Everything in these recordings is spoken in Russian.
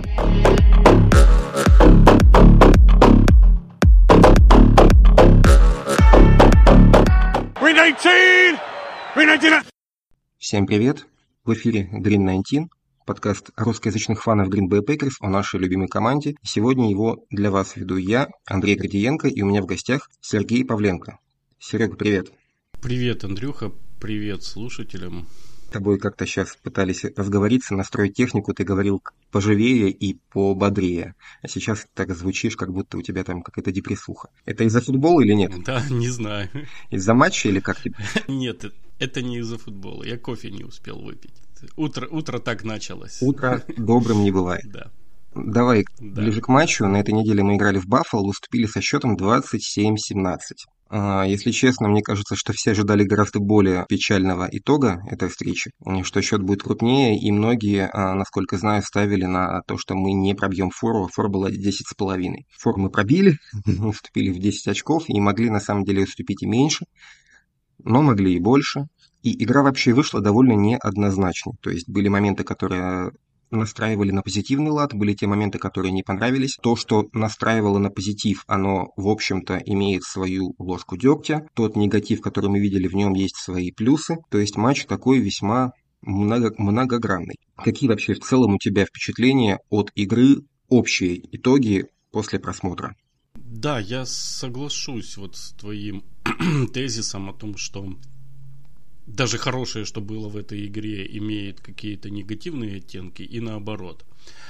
Всем привет! В эфире Green 19, подкаст русскоязычных фанов Green Bay Packers о нашей любимой команде. Сегодня его для вас веду я, Андрей Гордиенко, и у меня в гостях Сергей Павленко. Серега, привет! Привет, Андрюха, привет слушателям. С тобой как-то сейчас пытались разговориться, настроить технику, ты говорил поживее и пободрее. А сейчас так звучишь, как будто у тебя там какая-то депрессуха. Это из-за футбола или нет? Да, не знаю. Из-за матча или как? Нет, это не из-за футбола. Я кофе не успел выпить. Утро так началось. Утро добрым не бывает. Да. Давай ближе к матчу. На этой неделе мы играли в Баффало, уступили со счетом 27-17. Если честно, мне кажется, что все ожидали гораздо более печального итога этой встречи, что счет будет крупнее, и многие, насколько знаю, ставили на то, что мы не пробьем фору. Фора была 10,5. Фору мы пробили, уступили в 10 очков, и могли на самом деле уступить и меньше, но могли и больше. И игра вообще вышла довольно неоднозначной. То есть были моменты, которые настраивали на позитивный лад, были те моменты, которые не понравились. То, что настраивало на позитив, оно, в общем-то, имеет свою ложку дегтя. Тот негатив, который мы видели, в нем есть свои плюсы. То есть матч такой весьма многогранный. Какие вообще в целом у тебя впечатления от игры, общие итоги после просмотра? Да, я соглашусь вот с твоим тезисом о том, что даже хорошее, что было в этой игре, имеет какие-то негативные оттенки и наоборот.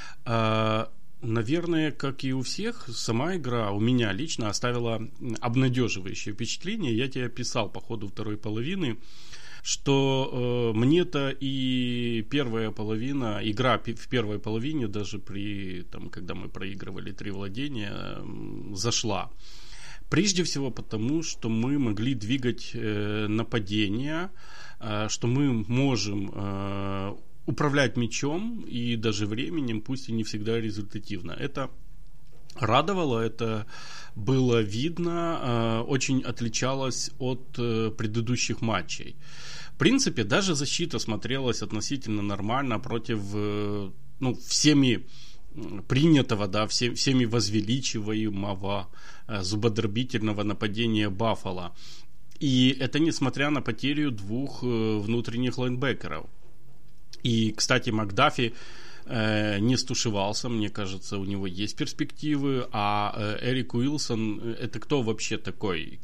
Наверное, как и у всех, сама игра у меня лично оставила обнадеживающее впечатление. Я тебе писал по ходу второй половины, что мне-то и первая половина, игра в первой половине, даже когда мы проигрывали 3 владения, зашла. Прежде всего потому, что мы могли двигать нападение, что мы можем управлять мячом и даже временем, пусть и не всегда результативно. Это радовало, это было видно, очень отличалось от предыдущих матчей. В принципе, даже защита смотрелась относительно нормально против всеми принятого, да, всеми возвеличиваемого зубодробительного нападения Баффало. И это несмотря на потерю 2 внутренних лайнбекеров. И, кстати, Макдафи не стушевался, мне кажется, у него есть перспективы, а Эрик Уилсон, это кто вообще такой,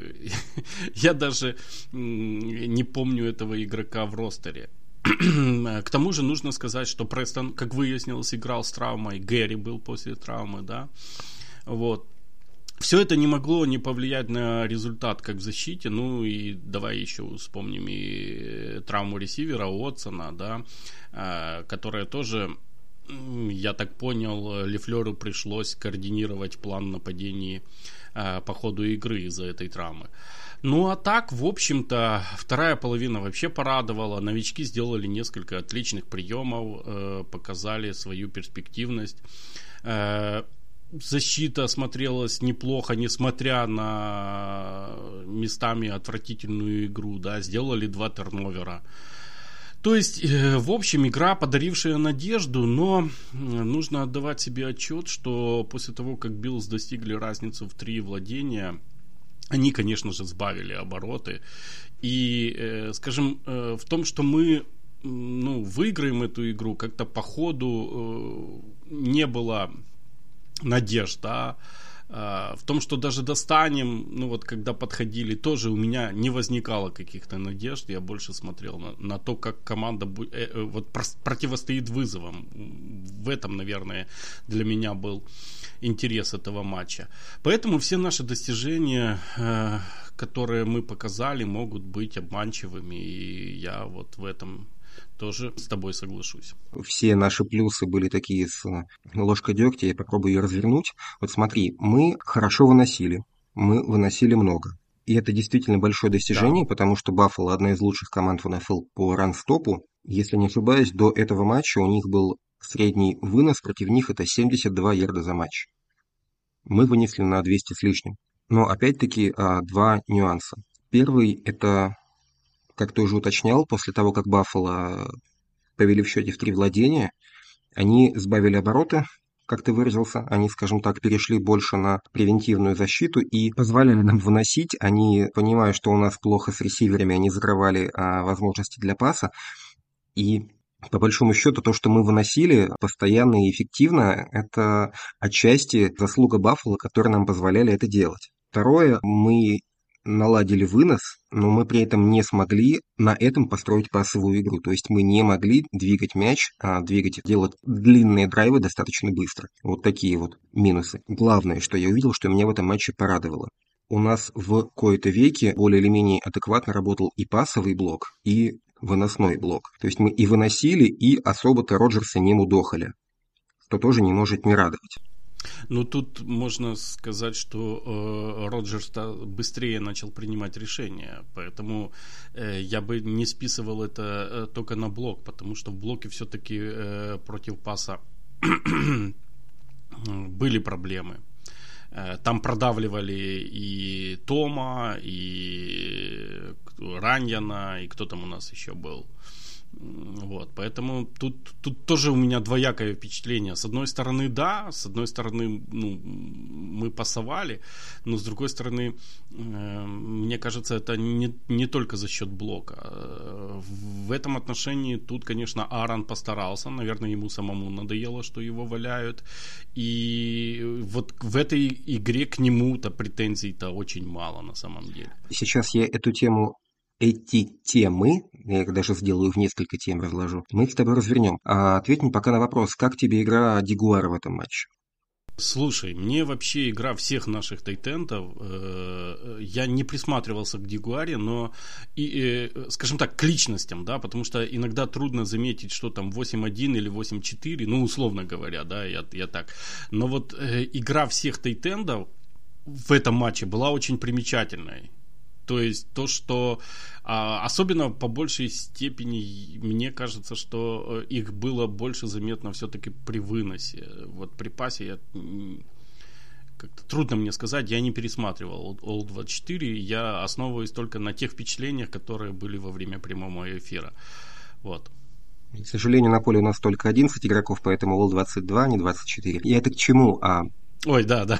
я даже не помню этого игрока в ростере. К тому же нужно сказать, что Престон, как выяснилось, играл с травмой, Гэри был после травмы, да, вот. Все это не могло не повлиять на результат как в защите, и давай еще вспомним и травму ресивера Уотсона, да, которая тоже, я так понял, Лефлеру пришлось координировать план нападений по ходу игры из-за этой травмы. А так, в общем-то, вторая половина вообще порадовала. Новички сделали несколько отличных приемов, показали свою перспективность. Защита смотрелась неплохо, несмотря на местами отвратительную игру, да, сделали 2 терновера. То есть, в общем, игра, подарившая надежду, но нужно отдавать себе отчет, что после того, как Биллс достигли разницу в 3 владения, они, конечно же, сбавили обороты. И, скажем, в том, что мы выиграем эту игру, как-то по ходу не было надежд, да. В том, что даже достанем, когда подходили, тоже у меня не возникало каких-то надежд. Я больше смотрел на то, как команда противостоит вызовам. В этом, наверное, для меня был интерес этого матча. Поэтому все наши достижения, которые мы показали, могут быть обманчивыми. И я вот в этом тоже с тобой соглашусь. Все наши плюсы были такие с ложкой дегтя, я попробую ее развернуть. Вот смотри, мы хорошо выносили, мы выносили много. И это действительно большое достижение, потому что Баффало одна из лучших команд в НФЛ по ран-стопу. Если не ошибаюсь, до этого матча у них был средний вынос, против них это 72 ярда за матч. Мы вынесли на 200 с лишним. Но опять-таки 2 нюанса. Первый – это, как ты уже уточнял, после того, как Баффало повели в счете в 3 владения, Они сбавили обороты, как ты выразился, они, скажем так, перешли больше на превентивную защиту и позволяли нам выносить. Они, понимая, что у нас плохо с ресиверами, они закрывали возможности для паса. И по большому счету, то, что мы выносили постоянно и эффективно, это отчасти заслуга Баффало, которые нам позволяли это делать. Второе, мы наладили вынос, но мы при этом не смогли на этом построить пассовую игру. То есть мы не могли двигать мяч, делать длинные драйвы достаточно быстро. Вот такие вот минусы. Главное, что я увидел, что меня в этом матче порадовало. У нас в кои-то веке более или менее адекватно работал и пассовый блок, и выносной блок. То есть мы и выносили, и особо-то Роджерса не мудохали, что тоже не может не радовать. Ну, тут можно сказать, что Роджерс быстрее начал принимать решения, поэтому я бы не списывал это только на блок, потому что в блоке все-таки против паса были проблемы. Там продавливали и Тома, и Раньяна, и кто там у нас еще был. Вот, поэтому тут тоже у меня двоякое впечатление. С одной стороны, да, с одной стороны, мы пасовали, но с другой стороны, мне кажется, это не только за счет блока. В этом отношении тут, конечно, Аарон постарался, наверное, ему самому надоело, что его валяют, и вот в этой игре к нему-то претензий-то очень мало на самом деле. Сейчас я эти темы, я их даже сделаю в несколько тем, разложу, мы их с тобой развернем. А ответь мне пока на вопрос, как тебе игра Дигуара в этом матче? Слушай, мне вообще игра всех наших тайтентов, я не присматривался к Дигуаре, но, скажем так, к личностям, да, потому что иногда трудно заметить, что там 8-1 или 8-4, ну, условно говоря, да, я так. Но вот игра всех тайтендов в этом матче была очень примечательной. То есть то, что особенно по большей степени, мне кажется, что их было больше заметно все-таки при выносе. Вот при пасе как-то трудно мне сказать, я не пересматривал All-24, я основываюсь только на тех впечатлениях, которые были во время прямого эфира. Вот. К сожалению, на поле у нас только 11 игроков, поэтому All-22, а не 24. И это к чему? Ой, да.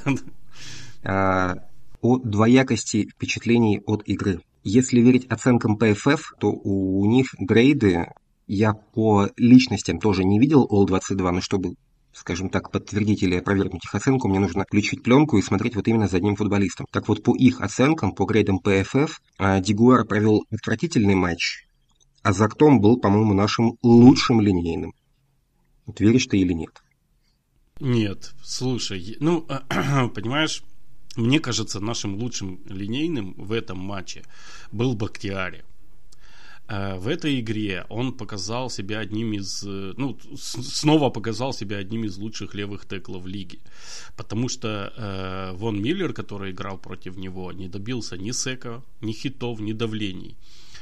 О двоякости впечатлений от игры. Если верить оценкам PFF, то у них грейды я по личностям тоже не видел All-22, но чтобы, скажем так, подтвердить или опровергнуть их оценку, мне нужно включить пленку и смотреть вот именно за одним футболистом. Так вот, по их оценкам, по грейдам PFF, Дигуар провел отвратительный матч, а Зактом был, по-моему, нашим лучшим линейным. Вот веришь ты или нет? Нет, слушай, понимаешь, мне кажется, нашим лучшим линейным в этом матче был Бактиари. В этой игре он показал себя снова показал себя одним из лучших левых теклов лиги. Потому что Вон Миллер, который играл против него, не добился ни сека, ни хитов, ни давлений.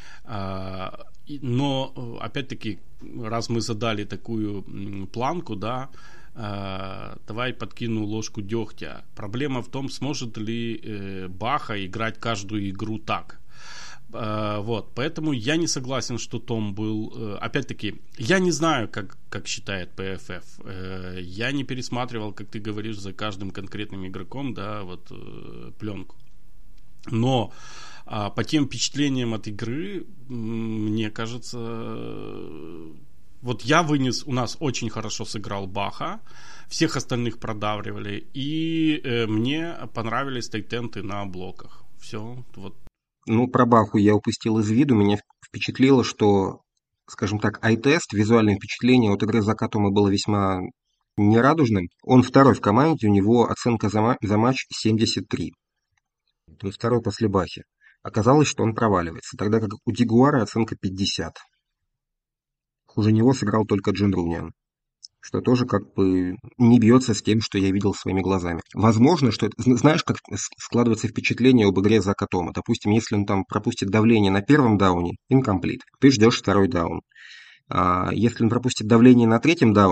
Но, опять-таки, раз мы задали такую планку, да, давай подкину ложку дегтя. Проблема в том, сможет ли Баха играть каждую игру так. Вот, поэтому я не согласен, что Том был... Опять-таки, я не знаю, как считает PFF. Я не пересматривал, как ты говоришь, за каждым конкретным игроком, да, вот пленку. Но по тем впечатлениям от игры, мне кажется... Вот я вынес, у нас очень хорошо сыграл Баха, всех остальных продавливали, и мне понравились тайтенты на блоках. Все, вот. Ну, про Баху я упустил из виду, меня впечатлило, что, скажем так, ай-тест, визуальное впечатление от игры Закатома было весьма нерадужным. Он второй в команде, у него оценка за матч 73. То есть второй после Бахи. Оказалось, что он проваливается, тогда как у Дигуара оценка 50. Хуже него сыграл только Джин Руниан, что тоже как бы не бьется с тем, что я видел своими глазами. Возможно, что... Знаешь, как складывается впечатление об игре Закатома? Допустим, если он там пропустит давление на первом дауне, incomplete, ты ждешь второй даун. А если он пропустит давление на третьем дауне,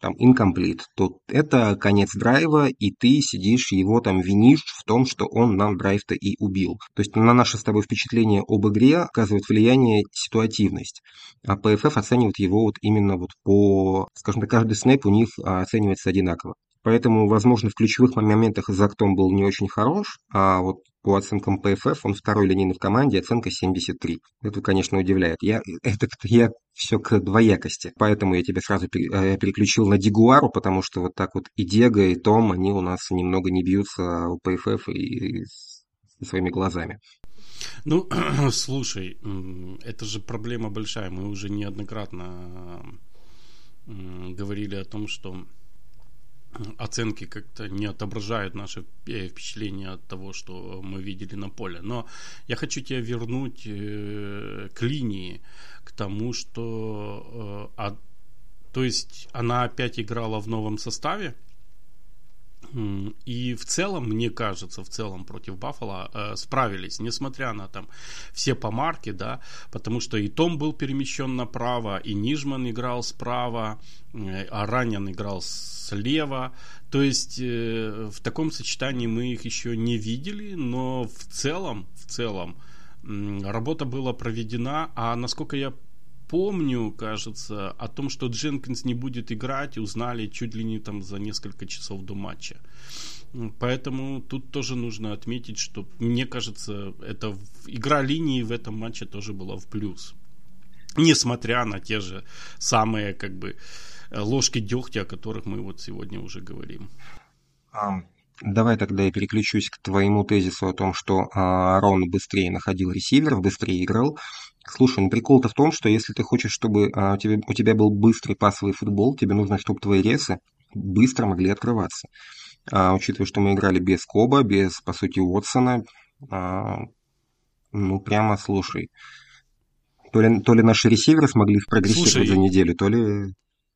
там incomplete, то это конец драйва, и ты сидишь, его там винишь в том, что он нам драйв-то и убил. То есть на наше с тобой впечатление об игре оказывает влияние ситуативность, а PFF оценивает его вот именно вот по, скажем так, каждый снэп у них оценивается одинаково. Поэтому, возможно, в ключевых моментах Зактон был не очень хорош, а вот по оценкам PFF он второй линейный в команде, оценка 73. Это, конечно, удивляет. Я все к двоякости. Поэтому я тебя сразу переключил на Дигуару, потому что вот так вот и Диего, и Том, они у нас немного не бьются у PFF и со своими глазами. Ну, слушай, это же проблема большая. Мы уже неоднократно говорили о том, что оценки как-то не отображают наши впечатления от того, что мы видели на поле. Но я хочу тебя вернуть к линии, к тому, что то есть она опять играла в новом составе. И в целом, мне кажется, против Баффало справились, несмотря на там все помарки, да, потому что и Том был перемещен направо, и Нижман играл справа, а Раньян играл слева. То есть в таком сочетании мы их еще не видели, но в целом работа была проведена, а насколько я помню, кажется, о том, что Дженкинс не будет играть, узнали чуть ли не там за несколько часов до матча. Поэтому тут тоже нужно отметить, что, мне кажется, игра линии в этом матче тоже была в плюс. Несмотря на те же самые, как бы, ложки дегтя, о которых мы вот сегодня уже говорим. Давай тогда я переключусь к твоему тезису о том, что Арон быстрее находил ресиверов, быстрее играл. Слушай, ну прикол-то в том, что если ты хочешь, чтобы у тебя был быстрый пасовый футбол, тебе нужно, чтобы твои ресы быстро могли открываться. Учитывая, что мы играли без Коба, без, по сути, Уотсона, ну прямо, слушай, то ли наши ресиверы смогли спрогрессировать за неделю, то ли...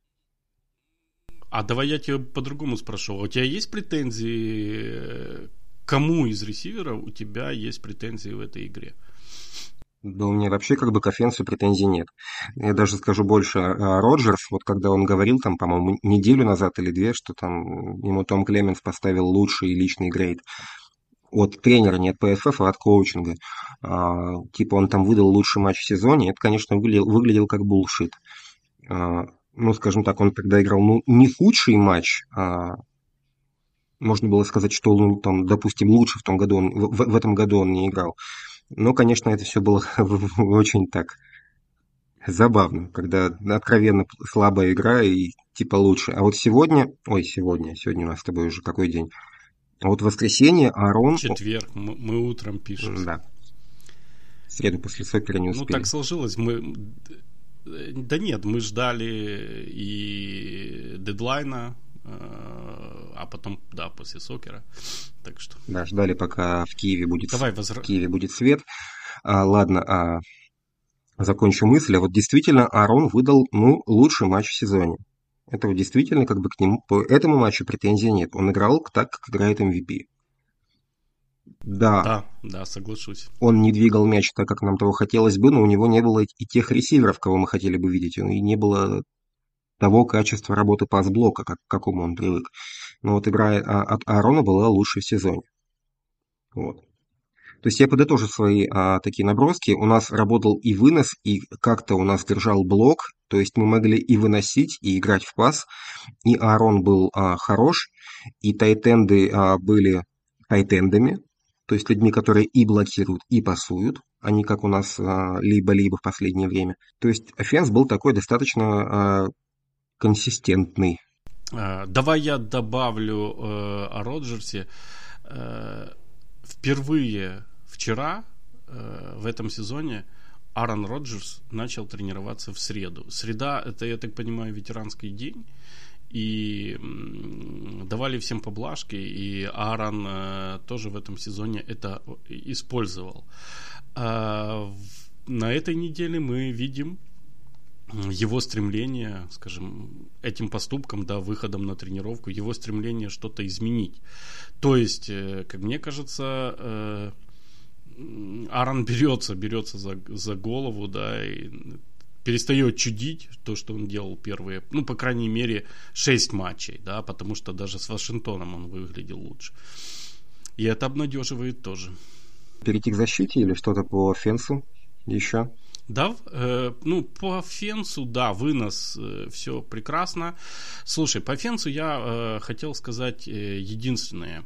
А давай я тебя по-другому спрошу. У тебя есть претензии? Кому из ресиверов у тебя есть претензии в этой игре? Да у меня вообще как бы к офенсу претензий нет. Я даже скажу больше. Роджерс, вот когда он говорил там, по-моему, неделю назад или две, что там ему Том Клеменс поставил лучший личный грейд от тренера, не от ПФФ, а от коучинга. Типа он там выдал лучший матч в сезоне. Это, конечно, выглядел как булшит. Ну, скажем так, он тогда играл, ну, не худший матч, можно было сказать, что он там, допустим, лучше в том году, в этом году он не играл. Но, конечно, это все было очень так забавно, когда откровенно слабая игра и типа лучше. А вот сегодня у нас с тобой уже какой день? А вот в воскресенье Арон... Четверг, мы утром пишем. Да. В среду после сокера не успели. Ну, так сложилось, Да нет, мы ждали и дедлайна, а потом, да, после сокера. Так что... Да, ждали, пока в Киеве будет, в Киеве будет свет. Ладно, закончу мысль. А вот действительно Арон выдал, ну, лучший матч в сезоне. Это вот действительно как бы к нему, по этому матчу претензий нет. Он играл так, как играет MVP. Да, соглашусь. Он не двигал мяч так, как нам того хотелось бы, но у него не было и тех ресиверов, кого мы хотели бы видеть. И не было того качества работы пас-блока, к какому он привык. Но вот игра от Аарона была лучшей в сезоне. Вот. То есть я подытожу свои такие наброски. У нас работал и вынос, и как-то у нас держал блок. То есть мы могли и выносить, и играть в пас. И Аарон был хорош, и тайтенды были тайтендами. То есть людьми, которые и блокируют, и пасуют, а не как у нас либо-либо в последнее время. То есть офенс был такой достаточно консистентный. Давай я добавлю о Роджерсе. Впервые вчера в этом сезоне Аарон Роджерс начал тренироваться в среду. Среда, это, я так понимаю, ветеранский день. И давали всем поблажки, и Аарон тоже в этом сезоне это использовал. На этой неделе мы видим его стремление, скажем, этим поступком, да, выходом на тренировку, его стремление что-то изменить. То есть, как мне кажется, Аарон берется за голову, да, и перестает чудить то, что он делал первые, ну, по крайней мере, 6 матчей, да, потому что даже с Вашингтоном он выглядел лучше. И это обнадеживает тоже. Перейти к защите или что-то по офенсу еще? Да, ну, по офенсу, да, вынос, все прекрасно. Слушай, по офенсу я хотел сказать единственное.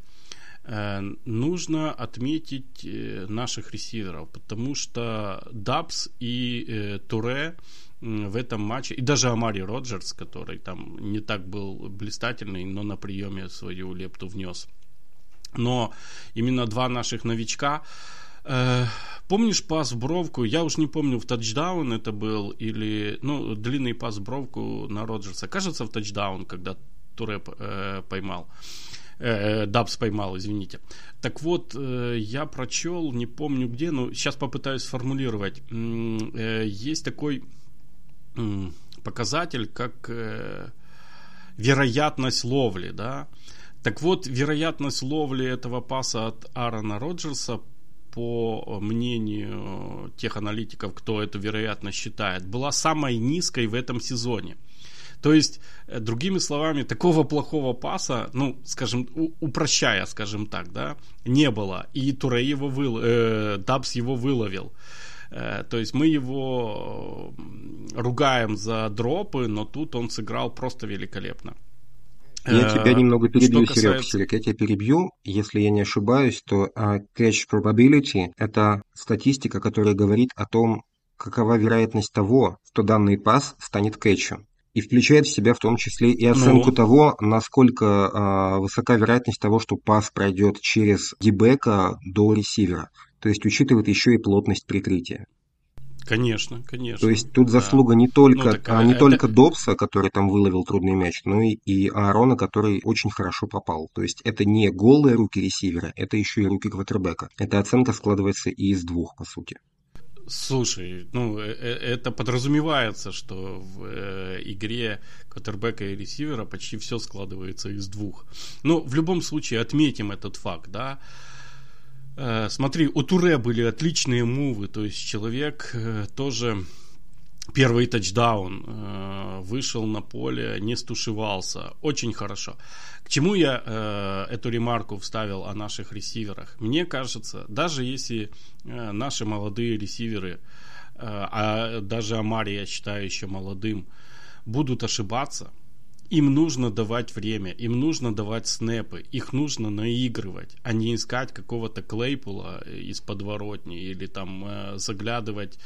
Нужно отметить наших ресиверов, потому что Дабс и Туре в этом матче, и даже Амари Роджерс, который там не так был блистательный, но на приеме свою лепту внес. Но именно два наших новичка. Помнишь пас в бровку? Я уж не помню, в тачдаун это был или, ну, длинный пас в бровку на Роджерса. Кажется, в тачдаун, когда Туре поймал. Дабс поймал, извините. Так вот, я прочел, не помню где, но сейчас попытаюсь сформулировать. Есть такой показатель, как вероятность ловли, да? Так вот, вероятность ловли этого паса от Аарона Роджерса, по мнению тех аналитиков, кто эту вероятность считает, была самой низкой в этом сезоне. То есть, другими словами, такого плохого паса, ну, скажем, упрощая, скажем так, да, не было. И Туре его Дабс его выловил. То есть мы его ругаем за дропы, но тут он сыграл просто великолепно. Я тебя немного перебью, Серег, я тебя перебью. Если я не ошибаюсь, то catch probability – это статистика, которая говорит о том, какова вероятность того, что данный пас станет кэтчем. И включает в себя в том числе и оценку того, насколько высока вероятность того, что пас пройдет через дибека до ресивера. То есть учитывает еще и плотность прикрытия. Конечно, конечно. То есть тут заслуга не только, только Добса, который там выловил трудный мяч, но и Аарона, который очень хорошо попал. То есть это не голые руки ресивера, это еще и руки квотербека. Эта оценка складывается и из двух, по сути. Слушай, ну, это подразумевается, что в игре квотербека и ресивера почти все складывается из двух. Но в любом случае отметим этот факт, да. Смотри, у Туре были отличные мувы, то есть человек тоже первый тачдаун вышел на поле, не стушевался, очень хорошо. К чему я эту ремарку вставил о наших ресиверах? Мне кажется, даже если наши молодые ресиверы, а даже Амари я считаю еще молодым, будут ошибаться, им нужно давать время, им нужно давать снэпы, их нужно наигрывать, а не искать какого-то Клейпула из подворотни или там заглядывать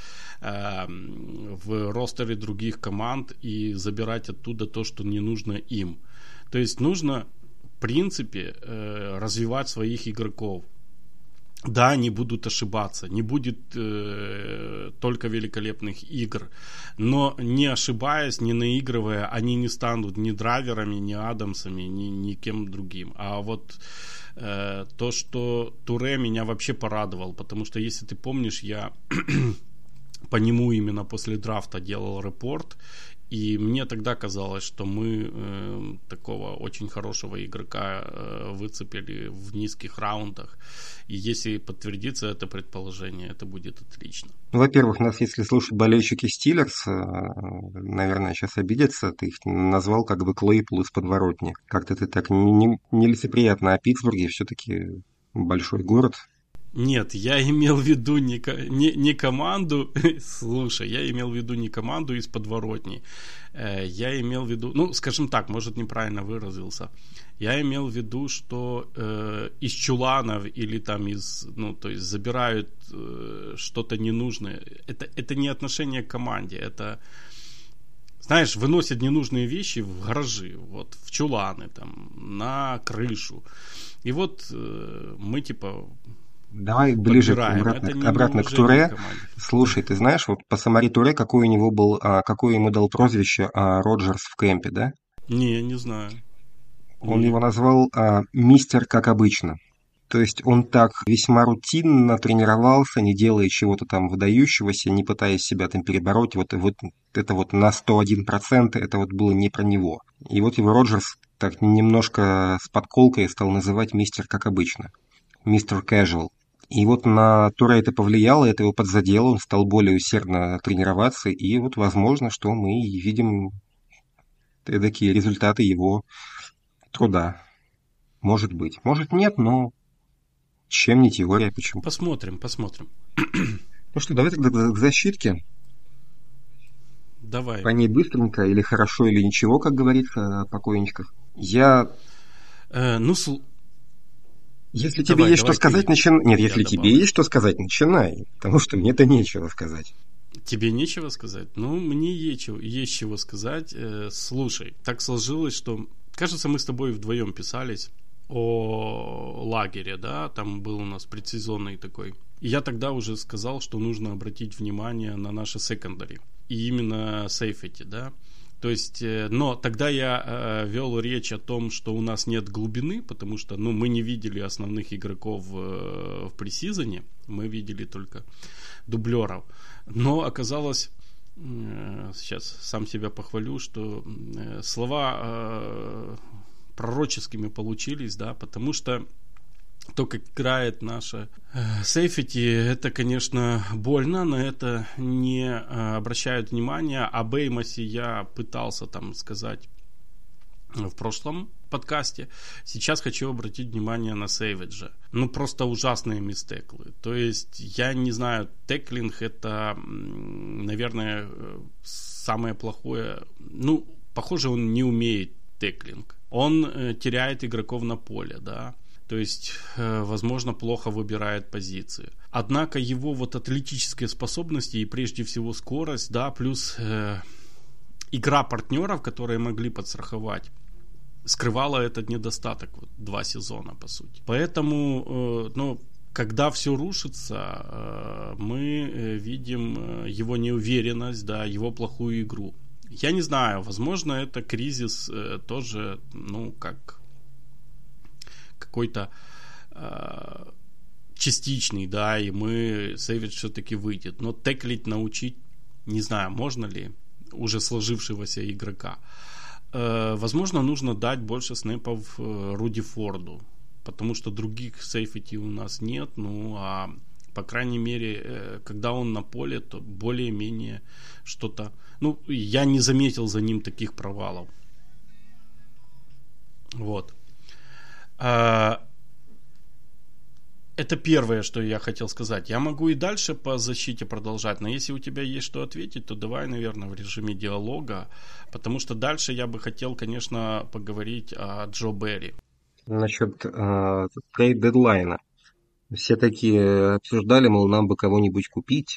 в ростеры других команд и забирать оттуда то, что не нужно им. То есть нужно, в принципе, развивать своих игроков. Да, они будут ошибаться, не будет только великолепных игр, но не ошибаясь, не наигрывая, они не станут ни драйверами, ни Адамсами, ни кем другим. А вот то, что Туре меня вообще порадовал, потому что, если ты помнишь, я по нему именно после драфта делал репорт, и мне тогда казалось, что мы такого очень хорошего игрока выцепили в низких раундах. И если подтвердится это предположение, это будет отлично. Во-первых, нас, если слушают болельщики Стиллерс, наверное, сейчас обидятся. Ты их назвал как бы Клейпул из подворотни. Как-то ты так нелицеприятно о Питтсбурге. Все-таки большой город. Нет, я имел в виду не команду, слушай, я имел в виду не команду из подворотни, я имел в виду, ну, скажем так, может, неправильно выразился, я имел в виду, что из чуланов или там из, ну, то есть забирают что-то ненужное, это не отношение к команде, это, знаешь, выносят ненужные вещи в гаражи, вот, в чуланы, там, на крышу, и вот мы, типа... Давай ближе обратно к Туре. Слушай, ты знаешь, вот по Самари Туре, какое ему дал прозвище Роджерс в кемпе, да? Не знаю. Он его назвал мистер как обычно. То есть он так весьма рутинно тренировался, не делая чего-то там выдающегося, не пытаясь себя там перебороть. Вот это вот на 101%, это вот было не про него. И вот его Роджерс так немножко с подколкой стал называть мистер как обычно. Мистер Casual. И вот на Туре это повлияло, это его подзадело, он стал более усердно тренироваться, и вот возможно, что мы видим такие результаты его труда. Может быть. Может нет, но чем не теория, почему? Посмотрим. Ну что, давай тогда к защитке. Давай. По ней быстренько, или хорошо, или ничего, как говорится о покойничках. Если тебе есть что сказать, начинай. Нет, если тебе есть что сказать, начинай. Потому что мне-то нечего сказать. Тебе нечего сказать? Ну, мне есть чего сказать. Слушай, так сложилось, что, кажется, мы с тобой вдвоем писались о лагере, да, там был у нас предсезонный такой. И я тогда уже сказал, что нужно обратить внимание на наши секондари. И именно сейфити, да. То есть, но тогда я вел речь о том, что у нас нет глубины, потому что, мы не видели основных игроков в пресизоне, мы видели только дублеров. Но оказалось, сейчас сам себя похвалю, что слова пророческими получились, да, потому что то, как играет наша сейфити, это, конечно, больно, но это не обращают внимания. О Беймосе я пытался там сказать в прошлом подкасте. Сейчас хочу обратить внимание на Сейвиджа. Просто ужасные мистеклы. То есть, я не знаю, теклинг это, наверное, самое плохое. Похоже, он не умеет теклинг. Он теряет игроков на поле, да. То есть, возможно, плохо выбирает позиции. Однако его вот атлетические способности и прежде всего скорость, да, плюс игра партнеров, которые могли подстраховать, скрывала этот недостаток 2 сезона, по сути. Поэтому, когда все рушится, мы видим его неуверенность, да, его плохую игру. Я не знаю, возможно, это кризис тоже, как какой-то частичный, да, и Сейвидж все-таки выйдет. Но теклить научить, не знаю, можно ли уже сложившегося игрока. Возможно, нужно дать больше снэпов Руди Форду, потому что других сейфити у нас нет, а по крайней мере, когда он на поле, то более-менее что-то... я не заметил за ним таких провалов. Вот. Это первое, что я хотел сказать. Я могу и дальше по защите продолжать, но если у тебя есть что ответить, то давай, наверное, в режиме диалога, потому что дальше я бы хотел, конечно, поговорить о Джо Берри. Насчет трейд-дедлайна. Все такие обсуждали, мол, нам бы кого-нибудь купить,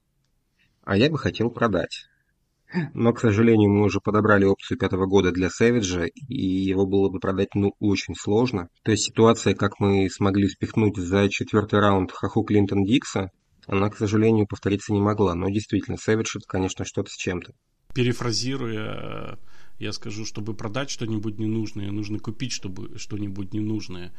а я бы хотел продать. Но, к сожалению, мы уже подобрали опцию 5-го года для Сэвиджа, и его было бы продать, очень сложно. То есть ситуация, как мы смогли спихнуть за 4-й раунд Хаху Клинтон Дикса, она, к сожалению, повториться не могла. Но действительно, Сэвидж — это, конечно, что-то с чем-то. Перефразируя, я скажу, чтобы продать что-нибудь ненужное, нужно купить что-нибудь ненужное.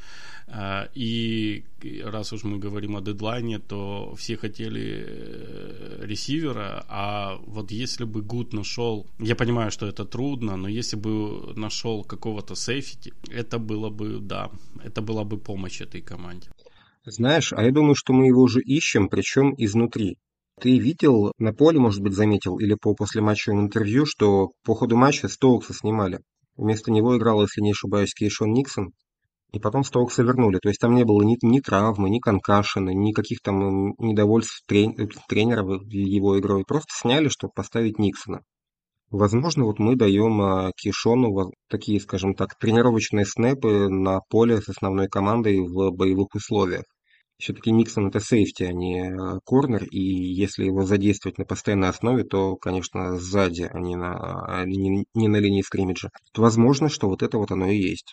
И раз уж мы говорим о дедлайне, то все хотели ресивера, а вот если бы Гуд нашел, я понимаю, что это трудно, но если бы нашел какого-то сейфити, это была бы помощь этой команде. Знаешь, а я думаю, что мы его уже ищем, причем изнутри. Ты видел на поле, может быть, заметил, или по послематчевому интервью, что по ходу матча Стоукса снимали. Вместо него играл, если не ошибаюсь, Кейшон Никсон, и потом Стоукса вернули. То есть там не было ни травмы, ни конкашена, никаких там недовольств тренера его игрой. Просто сняли, чтобы поставить Никсона. Возможно, вот мы даем Кейшону такие, скажем так, тренировочные снэпы на поле с основной командой в боевых условиях. Все-таки Никсон — это сейфти, а не корнер, и если его задействовать на постоянной основе, то, конечно, сзади, а не на линии скриммиджа. Возможно, что вот это вот оно и есть.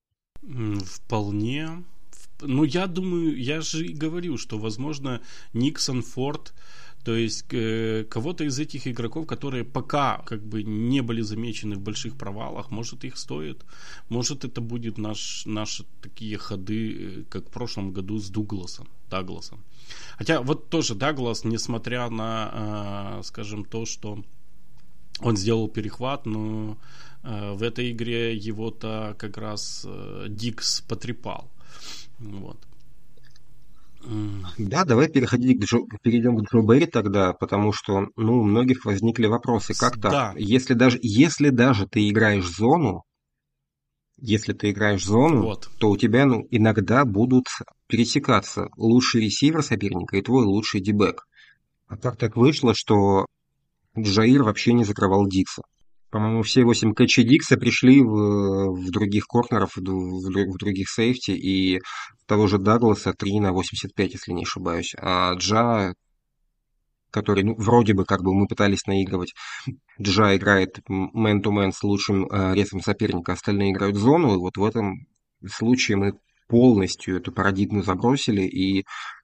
Вполне. Я думаю, я же и говорю, что, возможно, Никсон, Форд, то есть кого-то из этих игроков, которые пока не были замечены в больших провалах, может, их стоит. Может, это будет наши такие ходы, как в прошлом году с Дагласом. Хотя вот тоже Даглас, несмотря на, скажем, то, что он сделал перехват, но в этой игре его-то как раз Дикс потрепал. Вот. Да, давай перейдем к Джо Берри тогда, потому что, ну, у многих возникли вопросы, как так? Да, Если даже ты играешь зону, если ты играешь зону, вот. то у тебя, ну, иногда будут пересекаться лучший ресивер соперника и твой лучший дибэк. А как так вышло, что Джаир вообще не закрывал Дикса? По-моему, все 8 кэчей Дикса пришли в других корнеров, в других сейфти, и того же Дагласа 3 на 85, если не ошибаюсь. А Джа, который, ну, вроде бы, как бы мы пытались наигрывать, Джа играет мэн-то-мэн с лучшим резом соперника, остальные играют зону, и вот в этом случае мы полностью эту парадигму забросили, и,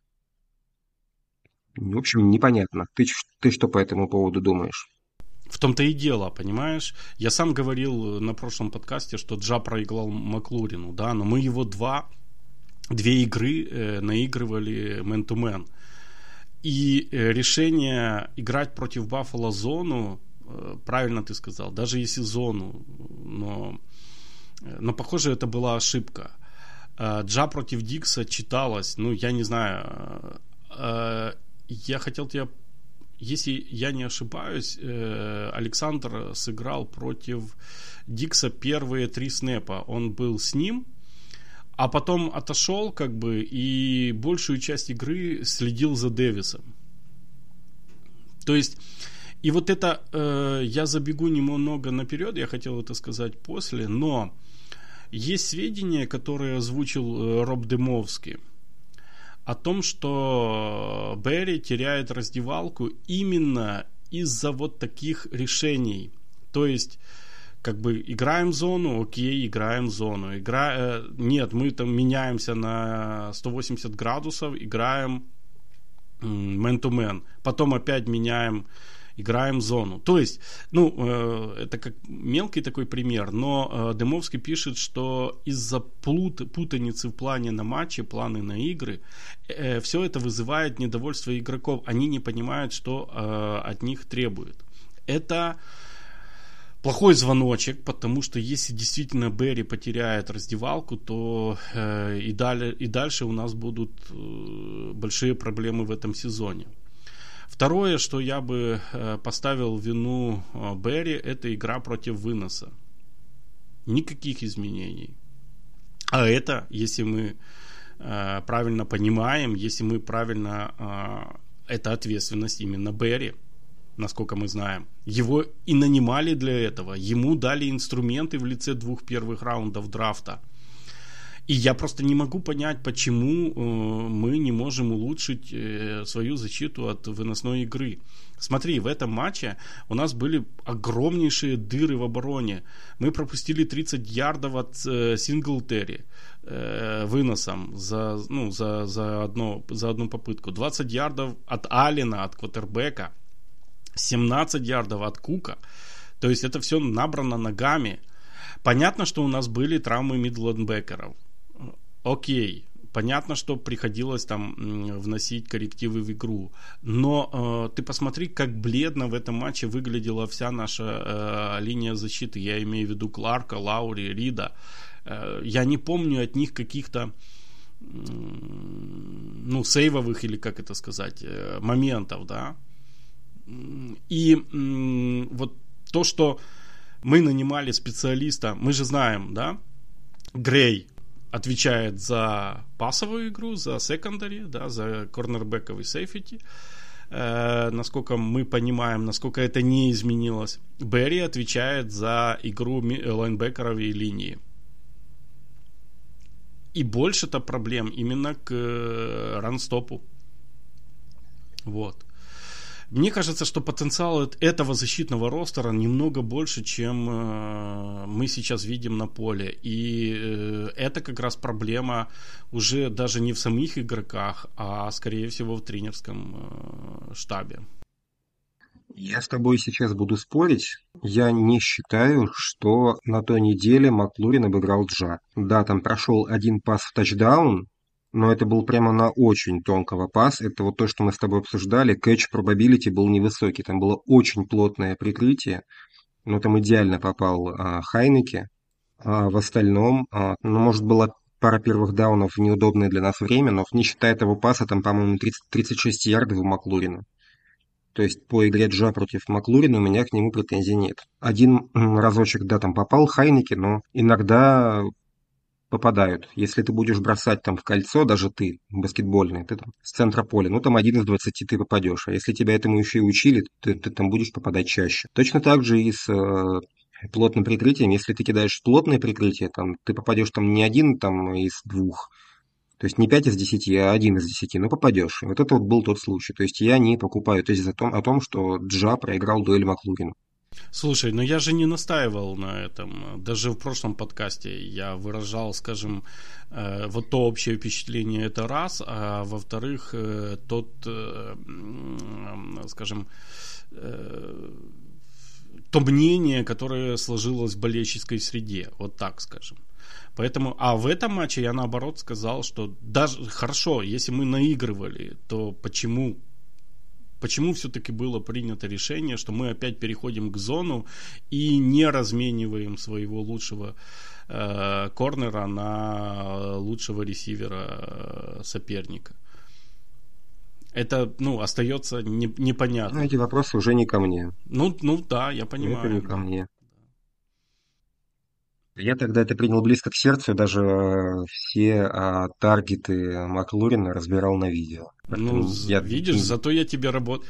в общем, непонятно. Ты что по этому поводу думаешь? В том-то и дело, понимаешь? Я сам говорил на прошлом подкасте, что Джа проиграл Маклурину, да, но мы его две игры наигрывали мэн-то-мэн. И решение играть против Баффало зону, правильно ты сказал, даже если зону, но похоже, это была ошибка. Джа против Дикса читалось, ну, я не знаю, я хотел тебя, если я не ошибаюсь, Александр сыграл против Дикса первые 3 снэпа, он был с ним, а потом отошел, как бы, и большую часть игры следил за Дэвисом. То есть, и вот это, я забегу немного наперед, я хотел это сказать после, но есть сведения, которые озвучил Роб Дымовский, о том, что Берри теряет раздевалку именно из-за вот таких решений. То есть, как бы играем зону, окей, играем зону. Нет, мы там меняемся на 180 градусов, играем мэн-то-мэн. Потом опять меняем, играем зону. То есть, ну, это как мелкий такой пример, но Дымовский пишет, что из-за путаницы в плане на матче, планы на игры, все это вызывает недовольство игроков. Они не понимают, что от них требуют. Это плохой звоночек, потому что если действительно Берри потеряет раздевалку, то и дальше у нас будут большие проблемы в этом сезоне. Второе, что я бы поставил вину Берри, это игра против выноса. Никаких изменений. А это, если мы правильно понимаем, если мы правильно... это ответственность именно Берри, насколько мы знаем. Его и нанимали для этого. Ему дали инструменты в лице 2 первых раундов драфта. И я просто не могу понять, почему мы не можем улучшить свою защиту от выносной игры. Смотри, в этом матче у нас были огромнейшие дыры в обороне. Мы пропустили 30 ярдов от Синглтери выносом за одну попытку. 20 ярдов от Аллена, от квотербека. 17 ярдов от Кука. То есть это все набрано ногами. Понятно, что у нас были травмы мидлайнбекеров. Окей. Понятно, что приходилось там вносить коррективы в игру. Но ты посмотри, как бледно в этом матче выглядела вся наша линия защиты. Я имею в виду Кларка, Лаури, Рида. Я не помню от них каких-то сейвовых, или как это сказать, моментов, да. И вот то, что мы нанимали специалиста, мы же знаем, да, Грей отвечает за пасовую игру, за секондари, да, за корнербековый сейфти. Насколько мы понимаем, насколько это не изменилось. Берри отвечает за игру лайнбекеров и линии. И больше-то проблем именно к ранстопу. Вот. Мне кажется, что потенциал этого защитного ростера немного больше, чем мы сейчас видим на поле. И это как раз проблема уже даже не в самих игроках, а скорее всего в тренерском штабе. Я с тобой сейчас буду спорить. Я не считаю, что на той неделе Маклурин обыграл Джа. Да, там прошел один пас в тачдаун, но это был прямо на очень тонкого пас. Это вот то, что мы с тобой обсуждали. Catch probability был невысокий. Там было очень плотное прикрытие. Но там идеально попал Хайнеке. А в остальном, может, была пара первых даунов в неудобное для нас время, но не считая того паса, там, по-моему, 36 ярдов у Маклурина. То есть по игре Джа против Маклурина у меня к нему претензий нет. Один разочек, да, там попал Хайнеке, но иногда попадают. Если ты будешь бросать там в кольцо, даже ты, баскетбольный, ты там с центра поля, ну там 1 из 20 ты попадешь. А если тебя этому еще и учили, ты там будешь попадать чаще. Точно так же и с плотным прикрытием. Если ты кидаешь в плотное прикрытие, там, ты попадешь там не один там, из двух, то есть не 5 из 10, а 1 из 10, но попадешь. И вот это вот был тот случай. То есть я не покупаю тезис о том, что Джа проиграл дуэль Маклурину. Слушай, но я же не настаивал на этом. Даже в прошлом подкасте я выражал, скажем, вот то общее впечатление, это раз, а во-вторых, тот, скажем, то мнение, которое сложилось в болельщической среде, вот так скажем. Поэтому, а в этом матче я наоборот сказал, что даже хорошо, если мы наигрывали, то почему все-таки было принято решение, что мы опять переходим к зону и не размениваем своего лучшего корнера на лучшего ресивера соперника? Это, остается непонятно. Эти вопросы уже не ко мне. Ну да, я понимаю. Это не ко мне. Я тогда это принял близко к сердцу, даже все таргеты Маклурина разбирал на видео. Видишь, зато я тебе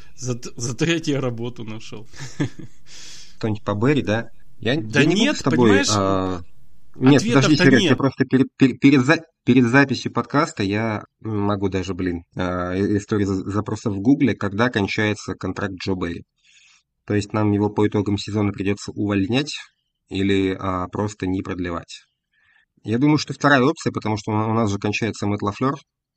работу нашел. Что-нибудь по Берри, да? Я не буду с тобой... Нет, подожди, Серег, я просто перед записью подкаста я могу даже, историю запроса в Гугле, когда кончается контракт Джо Берри. То есть нам его по итогам сезона придется увольнять или просто не продлевать. Я думаю, что вторая опция, потому что у нас же кончается Мэтт Лафлер.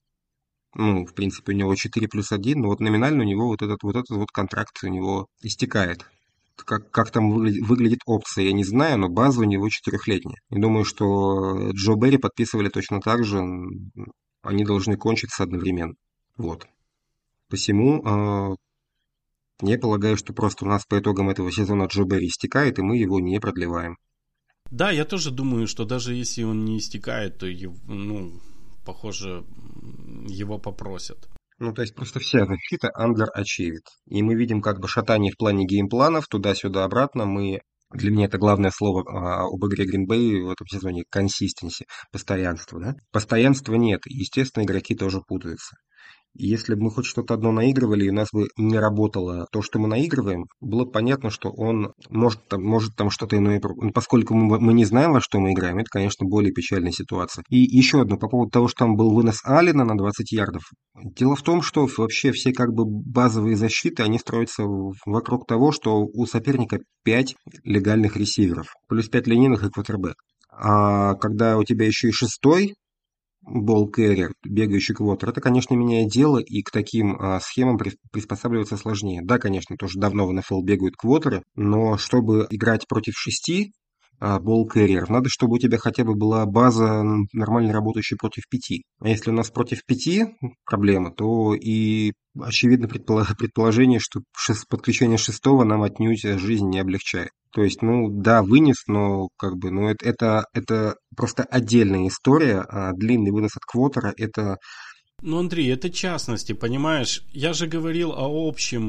В принципе, у него 4+1, но вот номинально у него вот этот контракт у него истекает. Как там выглядит опция, я не знаю, но база у него 4-летняя. И думаю, что Джо Берри подписывали точно так же, они должны кончиться одновременно. Вот. Посему я полагаю, что просто у нас по итогам этого сезона Джо Берри истекает, и мы его не продлеваем. Да, я тоже думаю, что даже если он не истекает, то, похоже, его попросят. То есть просто вся защита underachieved. И мы видим как бы шатание в плане геймпланов, туда-сюда, обратно. Для меня это главное слово об игре Green Bay в этом сезоне – consistency, постоянство. Да? Постоянства нет, и, естественно, игроки тоже путаются. И если бы мы хоть что-то одно наигрывали, и у нас бы не работало то, что мы наигрываем, было бы понятно, что он может там что-то иное. Поскольку мы не знаем, во что мы играем, это, конечно, более печальная ситуация. И еще одно по поводу того, что там был вынос Аллена на 20 ярдов. Дело в том, что вообще все как бы базовые защиты, они строятся вокруг того, что у соперника 5 легальных ресиверов, плюс 5 линейных и квотербэк. А когда у тебя еще и 6-й болл-кэрриер, бегающий квотер, это, конечно, меняет дело, и к таким схемам приспосабливаться сложнее. Да, конечно, тоже давно в НФЛ бегают квотеры, но чтобы играть против 6 болл-кэрриеров, надо, чтобы у тебя хотя бы была база нормально работающая против 5. А если у нас против 5 проблема, то и очевидно предположение, что подключение 6-го нам отнюдь жизнь не облегчает. То есть, да, вынес, но это просто отдельная история, а длинный вынос от квотера – это… Андрей, это частности, понимаешь? Я же говорил о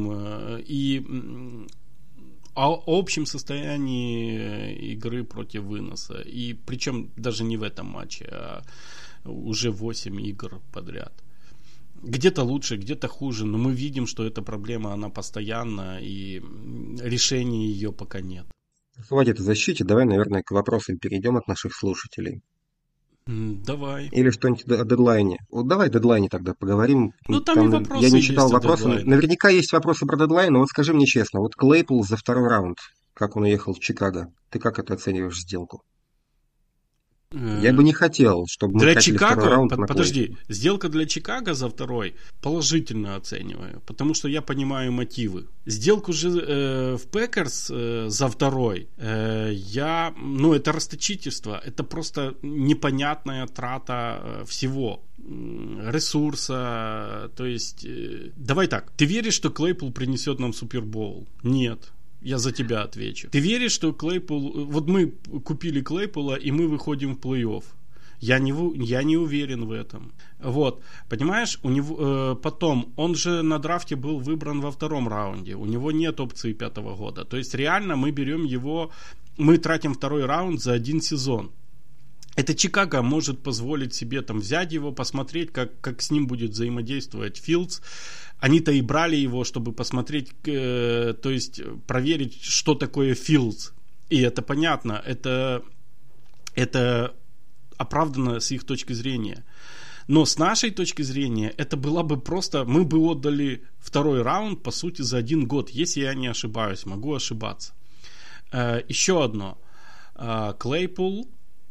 общем состоянии игры против выноса. И причем даже не в этом матче, а уже 8 игр подряд. Где-то лучше, где-то хуже, но мы видим, что эта проблема, она постоянна, и решения ее пока нет. Хватит о защите, давай, наверное, к вопросам перейдем от наших слушателей. Давай. Или что-нибудь о дедлайне. Вот давай о дедлайне тогда поговорим. Там и вопросы я не читал есть вопросы. Наверняка есть вопросы про дедлайн, но вот скажи мне честно, вот Клейпл за второй раунд, как он уехал в Чикаго, ты как это оцениваешь сделку? Я бы не хотел, чтобы мы тратили второй раунд на Клейпл. Подожди, сделка для Чикаго за второй положительно оцениваю, потому что я понимаю мотивы. Сделку же в Пэкерс за второй это расточительство, это просто непонятная трата всего. Ресурса, то есть давай так, ты веришь, что Клейпл принесет нам Супербоул? Нет. Я за тебя отвечу. Ты веришь, что Клейпл... Вот мы купили Клейпола, и мы выходим в плей-офф. Я не уверен в этом. Вот, понимаешь, у него потом, он же на драфте был выбран во 2-м раунде, у него нет опции 5-го года. То есть реально мы берем его, мы тратим 2-й раунд за 1 сезон. Это Чикаго может позволить себе там взять его, посмотреть, как с ним будет взаимодействовать Филдс. Они-то и брали его, чтобы посмотреть, то есть проверить, что такое Филдс. И это понятно, это оправдано с их точки зрения. Но с нашей точки зрения, это было бы просто... Мы бы отдали 2-й раунд, по сути, за 1 год, если я не ошибаюсь. Могу ошибаться. Еще одно. Клейпул,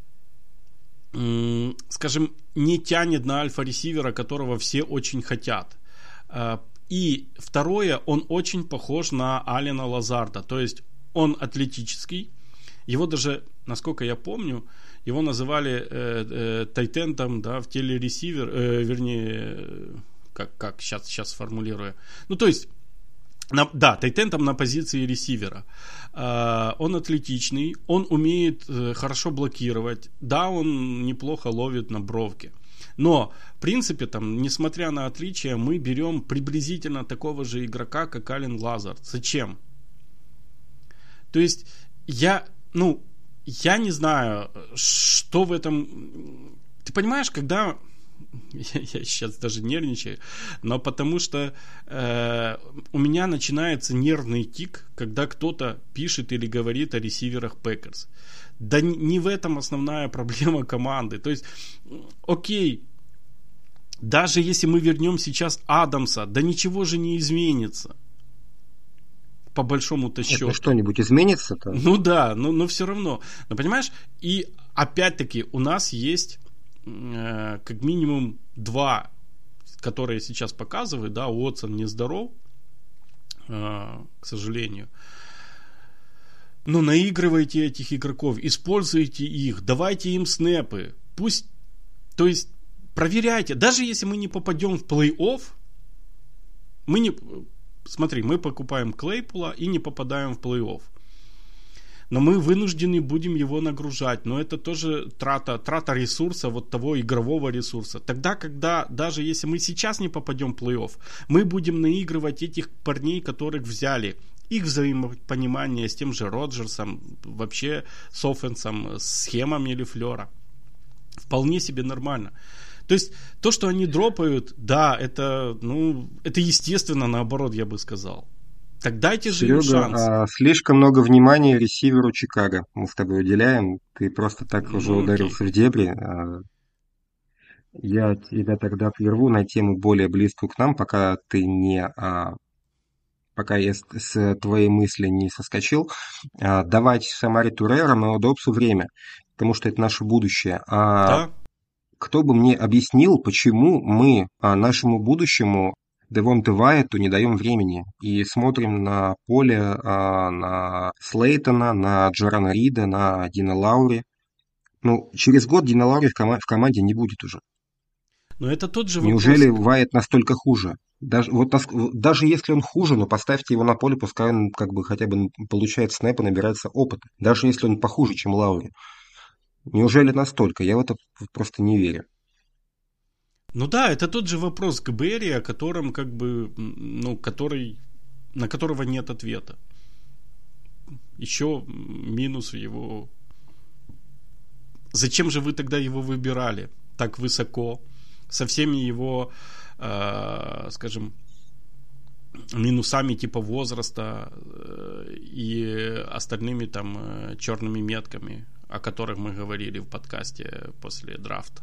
скажем, не тянет на альфа-ресивера, которого все очень хотят. И второе, он очень похож на Алена Лазарда. То есть он атлетический. Его даже, насколько я помню, его называли тайтендом, да, в теле ресивер, вернее, как сейчас сформулирую. Ну, то есть, тайтендом на позиции ресивера. Он атлетичный, он умеет хорошо блокировать. Да, он неплохо ловит на бровке. Но, в принципе, там, несмотря на отличия, мы берем приблизительно такого же игрока, как Ален Лазард. Зачем? То есть, я не знаю, что в этом... Ты понимаешь, когда... Я сейчас даже нервничаю, но потому что у меня начинается нервный тик, когда кто-то пишет или говорит о ресиверах Пэкерс. Да не в этом основная проблема команды. То есть, окей, даже если мы вернем сейчас Адамса, да ничего же не изменится. По большому-то счету. Что-нибудь изменится-то? Ну да, но все равно. Но понимаешь, и опять-таки у нас есть как минимум 2, которые сейчас показывают, да, Уотсон нездоров, к сожалению. Но наигрывайте этих игроков, используйте их, давайте им снэпы. Пусть, то есть, проверяйте. Даже если мы не попадем в плей-офф, мы покупаем Клейпула и не попадаем в плей-офф. Но мы вынуждены будем его нагружать. Но это тоже трата ресурса, вот того игрового ресурса. Тогда, когда, даже если мы сейчас не попадем в плей-офф, мы будем наигрывать этих парней, которых взяли. Их взаимопонимание с тем же Роджерсом, вообще с оффенсом, с схемами Лефлера. Вполне себе нормально. То есть, то, что они дропают, да, это естественно, наоборот, я бы сказал. Так дайте же им шанс. Слишком много внимания ресиверу Чикаго мы с тобой уделяем. Ты просто так уже ударился в дебри. Я тебя тогда прерву на тему более близкую к нам, пока я с твоей мысли не соскочил. Давать Самаре Турерам и Одобсу время, потому что это наше будущее. Да? Кто бы мне объяснил, почему мы нашему будущему Девонте Уайту не даем времени и смотрим на поле, на Слейтона, на Джорана Рида, на Дина Лаури. Через год Дина Лаури в команде не будет уже. Но это тот же вопрос. Неужели Уайт настолько хуже? Даже если он хуже, но поставьте его на поле, пускай он хотя бы получает снэпы, набирается опыта. Даже если он похуже, чем Лаури. Неужели настолько? Я в это просто не верю. Ну да, это тот же вопрос к Берри, о котором на которого нет ответа. Еще минус его. Зачем же вы тогда его выбирали так высоко, со всеми его, скажем, минусами типа возраста и остальными там черными метками, о которых мы говорили в подкасте после драфта.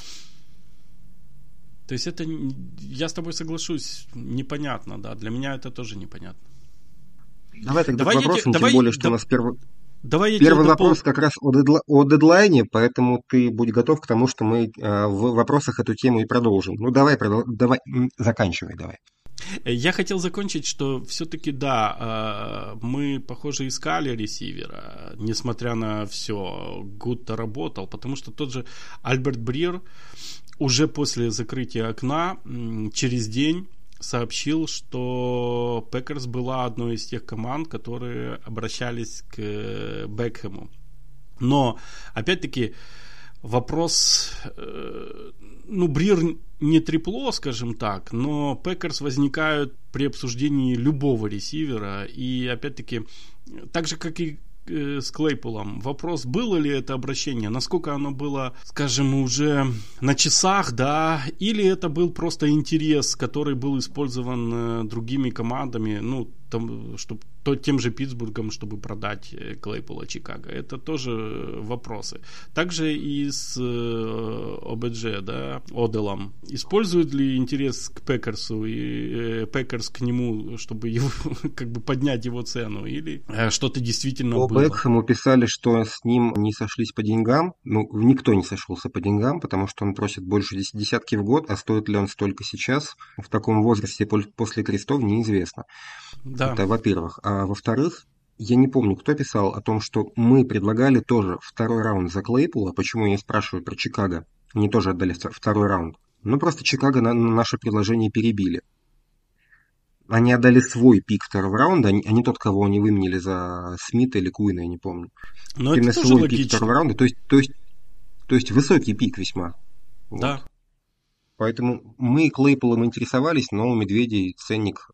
То есть это, я с тобой соглашусь, непонятно, да, для меня это тоже непонятно. Давай тогда к вопросам, тем более, что у нас первый вопрос как раз о дедлайне, поэтому ты будь готов к тому, что мы в вопросах эту тему и продолжим. Давай, заканчивай, давай. Я хотел закончить, что все-таки, да, мы, похоже, искали ресивера, несмотря на все, Гутто работал, потому что тот же Альберт Брир уже после закрытия окна через день сообщил, что Пэкерс была одной из тех команд, которые обращались к Бекхэму. Но, опять-таки, Вопрос, Брир не трепло, скажем так, но Пекерс возникают при обсуждении любого ресивера. И опять-таки, так же, как и с Клейполом, вопрос, было ли это обращение, насколько оно было, скажем, уже на часах, да, или это был просто интерес, который был использован другими командами, чтобы тем же Питтсбургом, чтобы продать Клейпола Чикаго. Это тоже вопросы. Также и с ОБДЖ, да, Оделом. Используют ли интерес к Пекерсу и Пекерс к нему, чтобы его, как бы поднять его цену, или что-то действительно По было? Бекхэму писали, что с ним не сошлись по деньгам. Никто не сошелся по деньгам, потому что он просит больше десятки в год, а стоит ли он столько сейчас в таком возрасте после крестов, неизвестно. Да. Это во-первых. А во-вторых, я не помню, кто писал о том, что мы предлагали тоже второй раунд за Клейпола. Почему я спрашиваю про Чикаго? Они тоже отдали второй раунд. Просто Чикаго наше предложение перебили. Они отдали свой пик второго раунда, а не тот, кого они выменили за Смита или Куина, я не помню. Но именно это тоже свой логично. Пик второго раунда, то есть высокий пик весьма. Да. Вот. Поэтому мы Клейполом интересовались, но у Медведей ценник,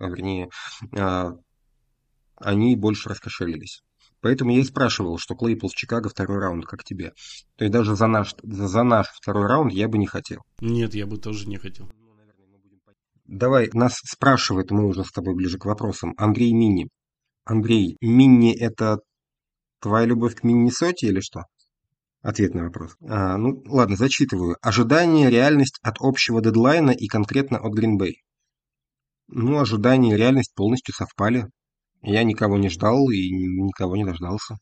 они больше раскошелились. Поэтому я и спрашивал, что Клейпол в Чикаго второй раунд, как тебе. То есть даже за наш второй раунд я бы не хотел. Нет, я бы тоже не хотел. Давай, нас спрашивает, мы уже с тобой ближе к вопросам, Андрей Мини. Андрей, Мини – это твоя любовь к Миннесоте или что? Ответ на вопрос. Ладно, зачитываю. Ожидание, реальность от общего дедлайна и конкретно от Green Bay. Ожидание и реальность полностью совпали. Я никого не ждал и никого не дождался.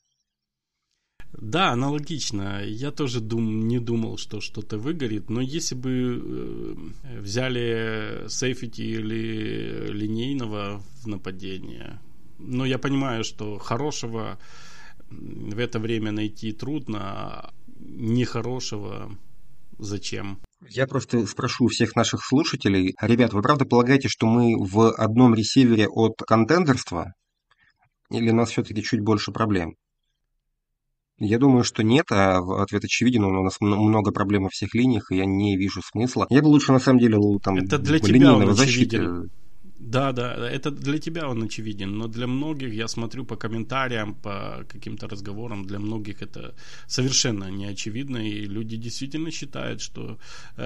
Да, аналогично. Я тоже не думал, что что-то выгорит, но если бы взяли сейфти или линейного в нападение, но я понимаю, что хорошего в это время найти трудно, а нехорошего зачем? Я просто спрошу у всех наших слушателей. Ребят, вы правда полагаете, что мы в одном ресивере от контендерства? Или у нас все-таки чуть больше проблем? Я думаю, что нет, а ответ очевиден, у нас много проблем во всех линиях, и я не вижу смысла. Я бы лучше, на самом деле, там, это для тебя он очевиден. Да, это для тебя он очевиден, но для многих, я смотрю по комментариям, по каким-то разговорам, для многих это совершенно не очевидно, и люди действительно считают, что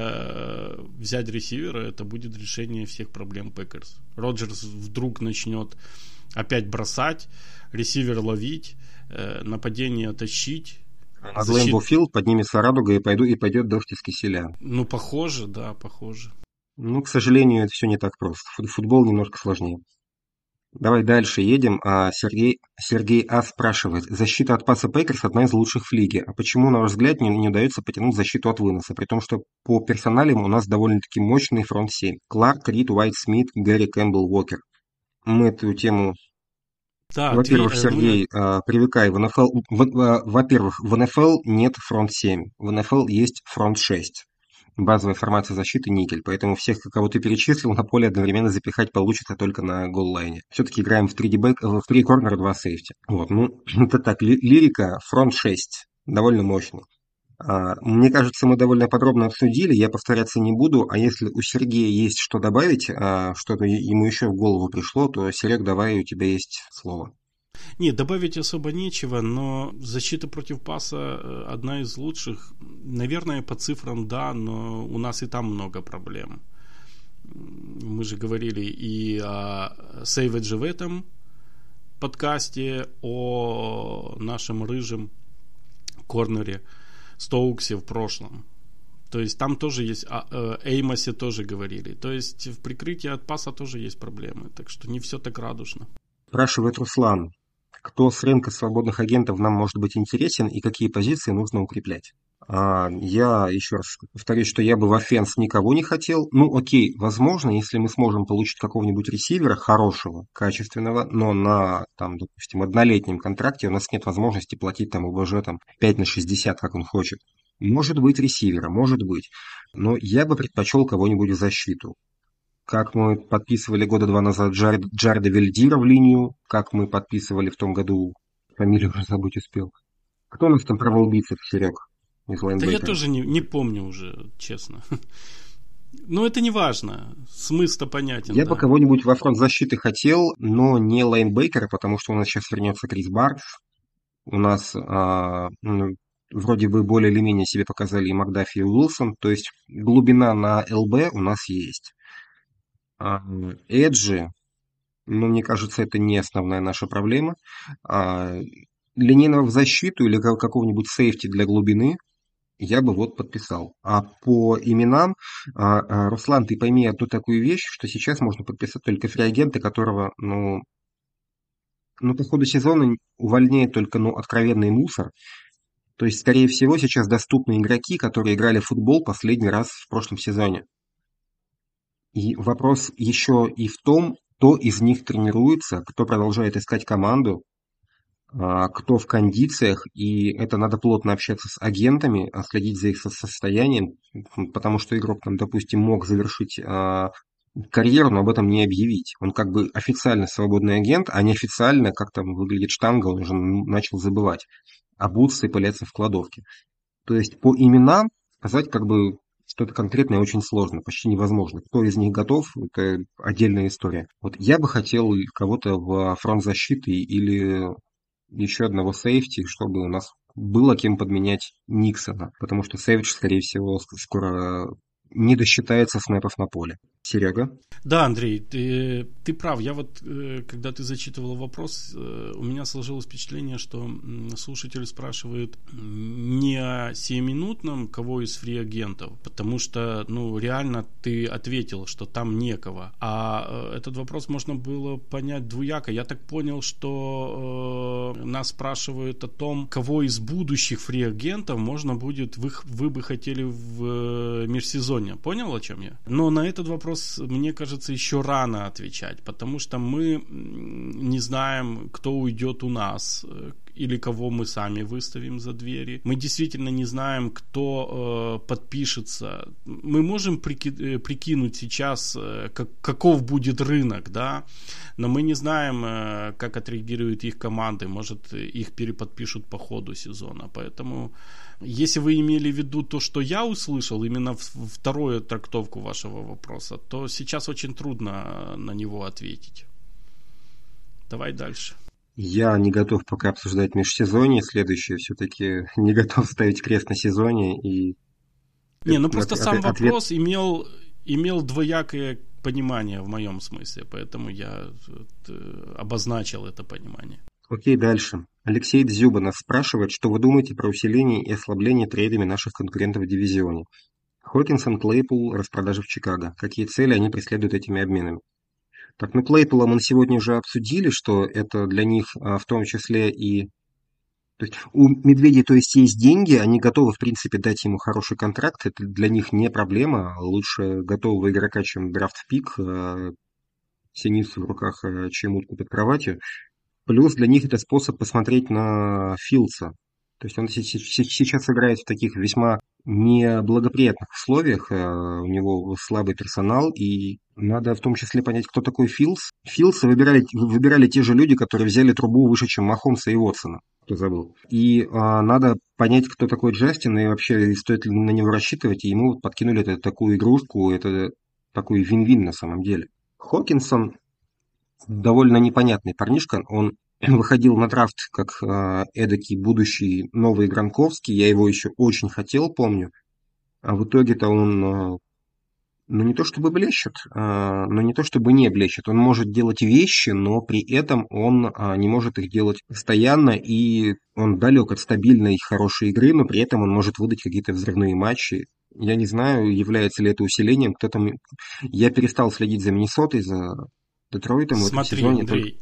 взять ресивера, это будет решение всех проблем Пекерс. Роджерс вдруг начнет опять бросать, ресивер ловить, нападение тащить. А Ламбо Филд поднимется радуга и пойдет дождь из киселя. Похоже, да, похоже. К сожалению, это все не так просто. Футбол немножко сложнее. Давай дальше едем. Сергей А. спрашивает. Защита от паса Пейкерс одна из лучших в лиге. А почему, на ваш взгляд, не удается потянуть защиту от выноса? При том, что по персоналям у нас довольно-таки мощный фронт 7. Кларк, Рид, Уайт, Смит, Гэри, Кэмпбелл, Уокер. Мы эту тему... Да, во-первых, Сергей, привыкай, в НФЛ... Во-первых, в НФЛ нет фронт 7. В НФЛ есть фронт 6. Базовая формация защиты никель, поэтому всех, кого ты перечислил, на поле одновременно запихать получится только на голлайне. Все-таки играем в 3 корнера, 2 сейфти. Это так, лирика, фронт 6, довольно мощный. Мне кажется, мы довольно подробно обсудили, я повторяться не буду, а если у Сергея есть что добавить, что-то ему еще в голову пришло, то, Серег, давай, у тебя есть слово. Нет, добавить особо нечего, но защита против паса одна из лучших. Наверное, по цифрам да, но у нас и там много проблем. Мы же говорили и о Сейведже в этом подкасте, о нашем рыжем корнере Стоуксе в прошлом. То есть там тоже есть, о Эймосе тоже говорили. То есть в прикрытии от паса тоже есть проблемы. Так что не все так радужно. Спрашивает Руслан. Кто с рынка свободных агентов нам может быть интересен и какие позиции нужно укреплять? Я еще раз повторюсь, что я бы в оффенс никого не хотел. Окей, возможно, если мы сможем получить какого-нибудь ресивера хорошего, качественного, но на, допустим, однолетнем контракте у нас нет возможности платить ОБЖ 5/60, как он хочет. Может быть ресивера, может быть. Но я бы предпочел кого-нибудь в защиту. Как мы подписывали года 2 назад Джареда Вельдира в линию, как мы подписывали в том году, фамилию уже забыть успел. Кто у нас там провал бицепс, Серег? из Да лайнбекеров. я тоже не помню уже, честно. Но это не важно. Смысл-то понятен, Я да. бы кого-нибудь во фронт защиты хотел, но не лайнбекера, потому что у нас сейчас вернется Крис Барнс. У нас вроде бы более или менее себе показали и Макдафи, и Уилсон. То есть глубина на ЛБ у нас есть. Эджи, мне кажется, это не основная наша проблема. Линейного в защиту или какого-нибудь сейфти для глубины я бы вот подписал. А по именам, Руслан, ты пойми одну такую вещь, что сейчас можно подписать только фри-агента, которого, по ходу сезона увольняет только, откровенный мусор. То есть, скорее всего, сейчас доступны игроки, которые играли в футбол последний раз в прошлом сезоне. И вопрос еще и в том, кто из них тренируется, кто продолжает искать команду, кто в кондициях, и это надо плотно общаться с агентами, следить за их состоянием, потому что игрок, там, допустим, мог завершить карьеру, но об этом не объявить. Он как бы официально свободный агент, а неофициально, как там выглядит штанга, он уже начал забывать. А будут пылятся в кладовке. То есть по именам сказать как бы что-то конкретное очень сложно, почти невозможно. Кто из них готов, это отдельная история. Вот я бы хотел кого-то в фронт защиты или еще одного сейфти, чтобы у нас было кем подменять Никсона, потому что Сэвидж, скорее всего, скоро не досчитается снэпов на поле. Серега? Да, Андрей, ты прав. Я вот, когда ты зачитывал вопрос, у меня сложилось впечатление, что слушатель спрашивает не о сиюминутном кого из фри-агентов, потому что, реально ты ответил, что там некого. А этот вопрос можно было понять двуяко. Я так понял, что нас спрашивают о том, кого из будущих фри-агентов можно будет, вы бы хотели в межсезонье. Понял, о чем я? Но на этот вопрос, мне кажется, еще рано отвечать, потому что мы не знаем, кто уйдет у нас или кого мы сами выставим за двери. Мы действительно не знаем, кто подпишется. Мы можем прикинуть сейчас, каков будет рынок, да, но мы не знаем, как отреагируют их команды. Может, их переподпишут по ходу сезона. Поэтому, если вы имели в виду то, что я услышал, именно вторую трактовку вашего вопроса, то сейчас очень трудно на него ответить. Давай дальше. Я не готов пока обсуждать межсезонье, следующее все-таки не готов ставить крест на сезоне. Просто сам вопрос имел двоякое понимание в моем смысле, поэтому я обозначил это понимание. Окей, дальше. Алексей Дзюба нас спрашивает, что вы думаете про усиление и ослабление трейдами наших конкурентов в дивизионе. Хокинсон, Клейпул, распродажи в Чикаго. Какие цели они преследуют этими обменами? Так, Клейпула мы сегодня уже обсудили, что это для них в том числе и... То есть у Медведей, то есть деньги, они готовы, в принципе, дать ему хороший контракт, это для них не проблема, лучше готового игрока, чем драфт-пик, синицу в руках, чем утку под кроватью. Плюс для них это способ посмотреть на Филдса. То есть он сейчас играет в таких весьма неблагоприятных условиях, у него слабый персонал, и надо в том числе понять, кто такой Филдс. Филдса выбирали те же люди, которые взяли трубу выше, чем Махомса и Уотсона, кто забыл. И надо понять, кто такой Джастин, и вообще стоит ли на него рассчитывать, и ему подкинули такую игрушку, это такой вин-вин на самом деле. Хокинсон довольно непонятный парнишка, он выходил на драфт как эдакий будущий новый Гранковский, я его еще очень хотел, помню, а в итоге-то он, не то чтобы блещет, но не то чтобы не блещет, он может делать вещи, но при этом он не может их делать постоянно, и он далек от стабильной хорошей игры, но при этом он может выдать какие-то взрывные матчи. Я не знаю, является ли это усилением, кто там... Я перестал следить за Миннесотой, за Детройтом в этом сезоне. Андрей,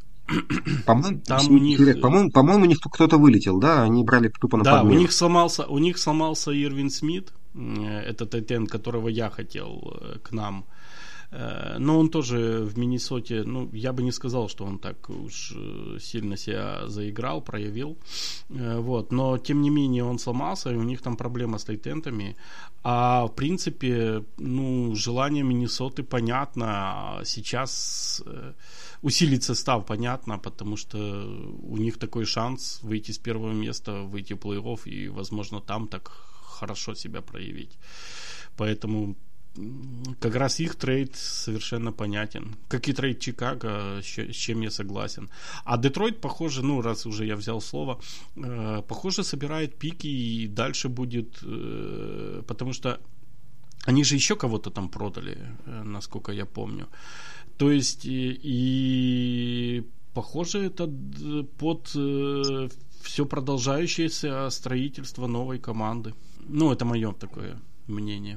По-моему, у них кто-то вылетел, да? Они брали тупо на подмену. Да, у них сломался Ирвин Смит, это тайтенд, которого я хотел к нам. Но он тоже в Миннесоте, я бы не сказал, что он так уж сильно себя заиграл, проявил. Вот. Но, тем не менее, он сломался, и у них там проблема с тайтендами. А, в принципе, желание Миннесоты понятно. Сейчас усилить состав понятно, потому что у них такой шанс выйти с первого места, выйти в плей-офф, и, возможно, там так хорошо себя проявить. Поэтому как раз их трейд совершенно понятен. Как и трейд Чикаго, с чем я согласен. А Детройт, похоже, раз уже я взял слово, похоже, собирает пики и дальше будет, потому что они же еще кого-то там продали, насколько я помню. То есть, и похоже, это под все продолжающееся строительство новой команды. Это мое такое мнение.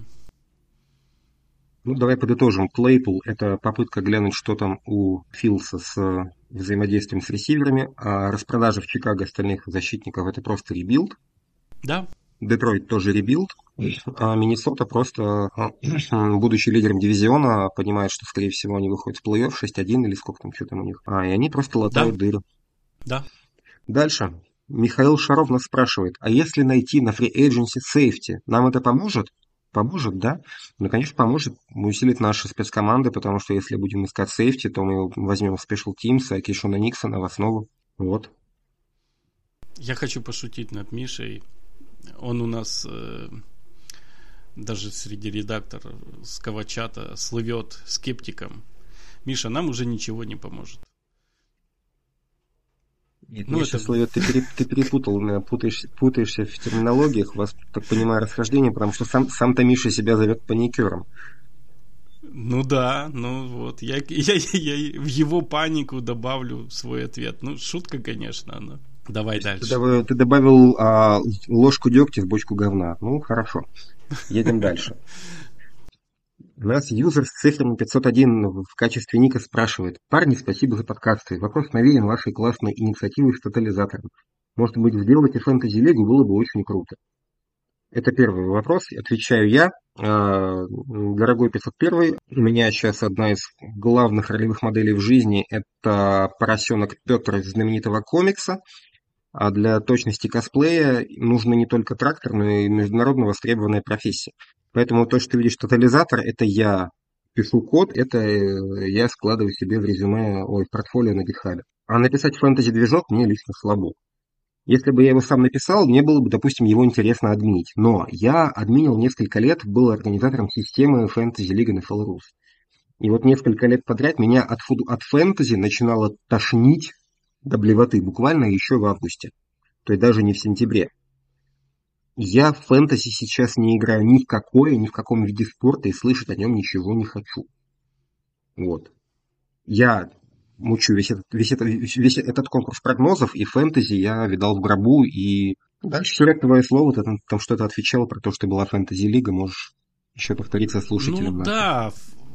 Давай подытожим. Клейпул – это попытка глянуть, что там у Филса с взаимодействием с ресиверами, а распродажа в Чикаго остальных защитников – это просто ребилд. Да. Детройт тоже ребилд, а Миннесота просто, будучи лидером дивизиона, понимает, что, скорее всего, они выходят в плей-офф 6-1 или сколько там, что там у них. И они просто латают дыры. Да. Дальше. Михаил Шаров нас спрашивает, а если найти на free agency сейфти, нам это поможет? Поможет, да? Конечно, поможет. Усилит наши спецкоманды, потому что если будем искать сейфти, то мы возьмем Special Teams, а Кишона Никсона в основу. Вот. Я хочу пошутить над Мишей. Он у нас даже среди редакторов Скавачата слывет скептиком. Миша, нам уже ничего не поможет. Нет, Миша слывет, ты перепутал, путаешься в терминологиях, у вас, так понимаю, расхождение, потому что сам-то Миша себя зовет паникером. Да, вот. Я в его панику добавлю свой ответ. Шутка, конечно, но... Давай дальше. Ты добавил ложку дегтя в бочку говна. Хорошо. Едем дальше. У нас юзер с цифрами 501 в качестве ника спрашивает. Парни, спасибо за подкасты. Вопрос навеян вашей классной инициативой с тотализатором. Может быть, сделайте фэнтези-лигу, было бы очень круто. Это первый вопрос. Отвечаю я. Дорогой 501, у меня сейчас одна из главных ролевых моделей в жизни – это поросенок Петр из знаменитого комикса. А для точности косплея нужно не только трактор, но и международно востребованная профессия. Поэтому то, что ты видишь тотализатор, это я пишу код, это я складываю себе в резюме, в портфолио на GitHub. А написать фэнтези-движок мне лично слабо. Если бы я его сам написал, мне было бы, допустим, его интересно админить. Но я админил несколько лет, был организатором системы фэнтези League NFL Rules. И вот несколько лет подряд меня от фэнтези начинало тошнить до блевоты, буквально еще в августе. То есть даже не в сентябре. Я в фэнтези сейчас не играю ни в какое, ни в каком виде спорта и слышать о нем ничего не хочу. Вот. Я мучу весь этот конкурс прогнозов, и фэнтези я видал в гробу, и дальше, Серег, твое слово, ты там что-то отвечал про то, что была фэнтези-лига, можешь еще повториться слушателям. Да,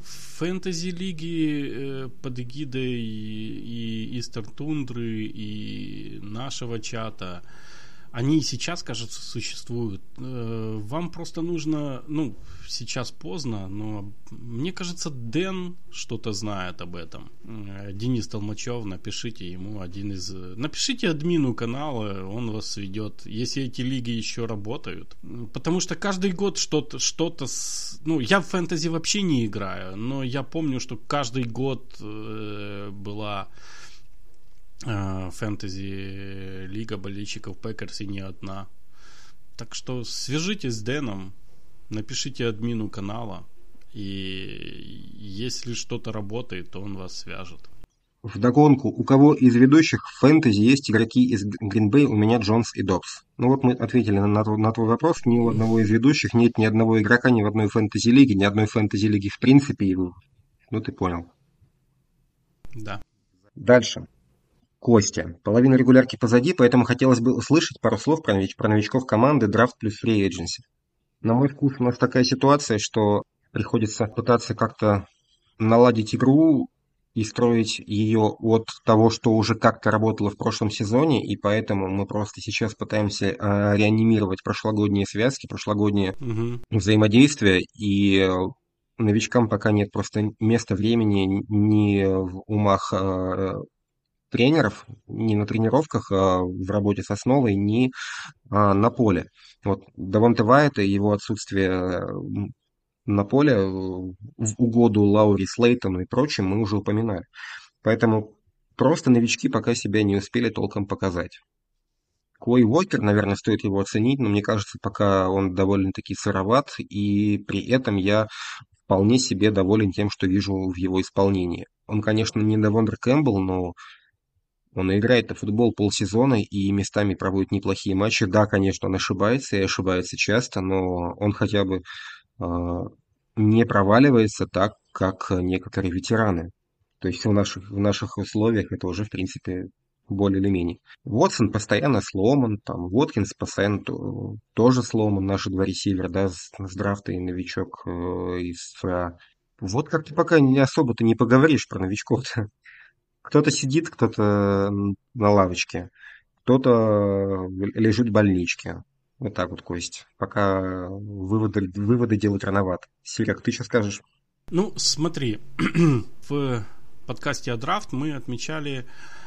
фэнтези-лиги под эгидой и Истер Тундры, и нашего чата, они и сейчас, кажется, существуют. Вам просто нужно, сейчас поздно, но мне кажется, Дэн что-то знает об этом. Денис Толмачев, напишите ему напишите админу канала, он вас сведет, если эти лиги еще работают. Потому что каждый год что-то я в фэнтези вообще не играю, но я помню, что каждый год была фэнтези-лига болельщиков Пэкерс и не одна. Так что свяжитесь с Дэном, напишите админу канала, и если что-то работает, то он вас свяжет. Вдогонку, у кого из ведущих в фэнтези есть игроки из Green Bay, у меня Джонс и Добс. Вот мы ответили на твой вопрос. Ни у одного из ведущих нет ни одного игрока ни в одной фэнтези-лиге, ни одной фэнтези-лиги в принципе. Ты понял. Да. Дальше. Костя. Половина регулярки позади, поэтому хотелось бы услышать пару слов про новичков команды драфт плюс free agency. На мой вкус у нас такая ситуация, что приходится пытаться как-то наладить игру и строить ее от того, что уже как-то работало в прошлом сезоне, и поэтому мы просто сейчас пытаемся реанимировать прошлогодние связки, прошлогодние взаимодействия, и новичкам пока нет просто места, времени ни в умах тренеров, ни на тренировках, в работе с основой, ни на поле. Вот Девонте Уайт и его отсутствие на поле в угоду Лаури Слейтону и прочим мы уже упоминали. Поэтому просто новички пока себя не успели толком показать. Кой Уокер, наверное, стоит его оценить, но мне кажется, пока он довольно-таки сыроват, и при этом я вполне себе доволен тем, что вижу в его исполнении. Он, конечно, не Девондер Кэмпбелл, но он играет на футбол полсезона и местами проводит неплохие матчи. Да, конечно, он ошибается и ошибается часто, но он хотя бы а, не проваливается так, как некоторые ветераны. То есть в наших условиях это уже, в принципе, более или менее. Вотсон постоянно сломан, там, Уоткинс постоянно тоже сломан, наши два ресивера, да, с драфта и новичок из ФА. Вот как-то пока не особо-то не поговоришь про новичков-то. Кто-то сидит, кто-то на лавочке, кто-то лежит в больничке. Вот так вот, Кость. Пока выводы делать рановато. Сирак, ты что скажешь? Ну, смотри, в подкасте о драфт мы отмечали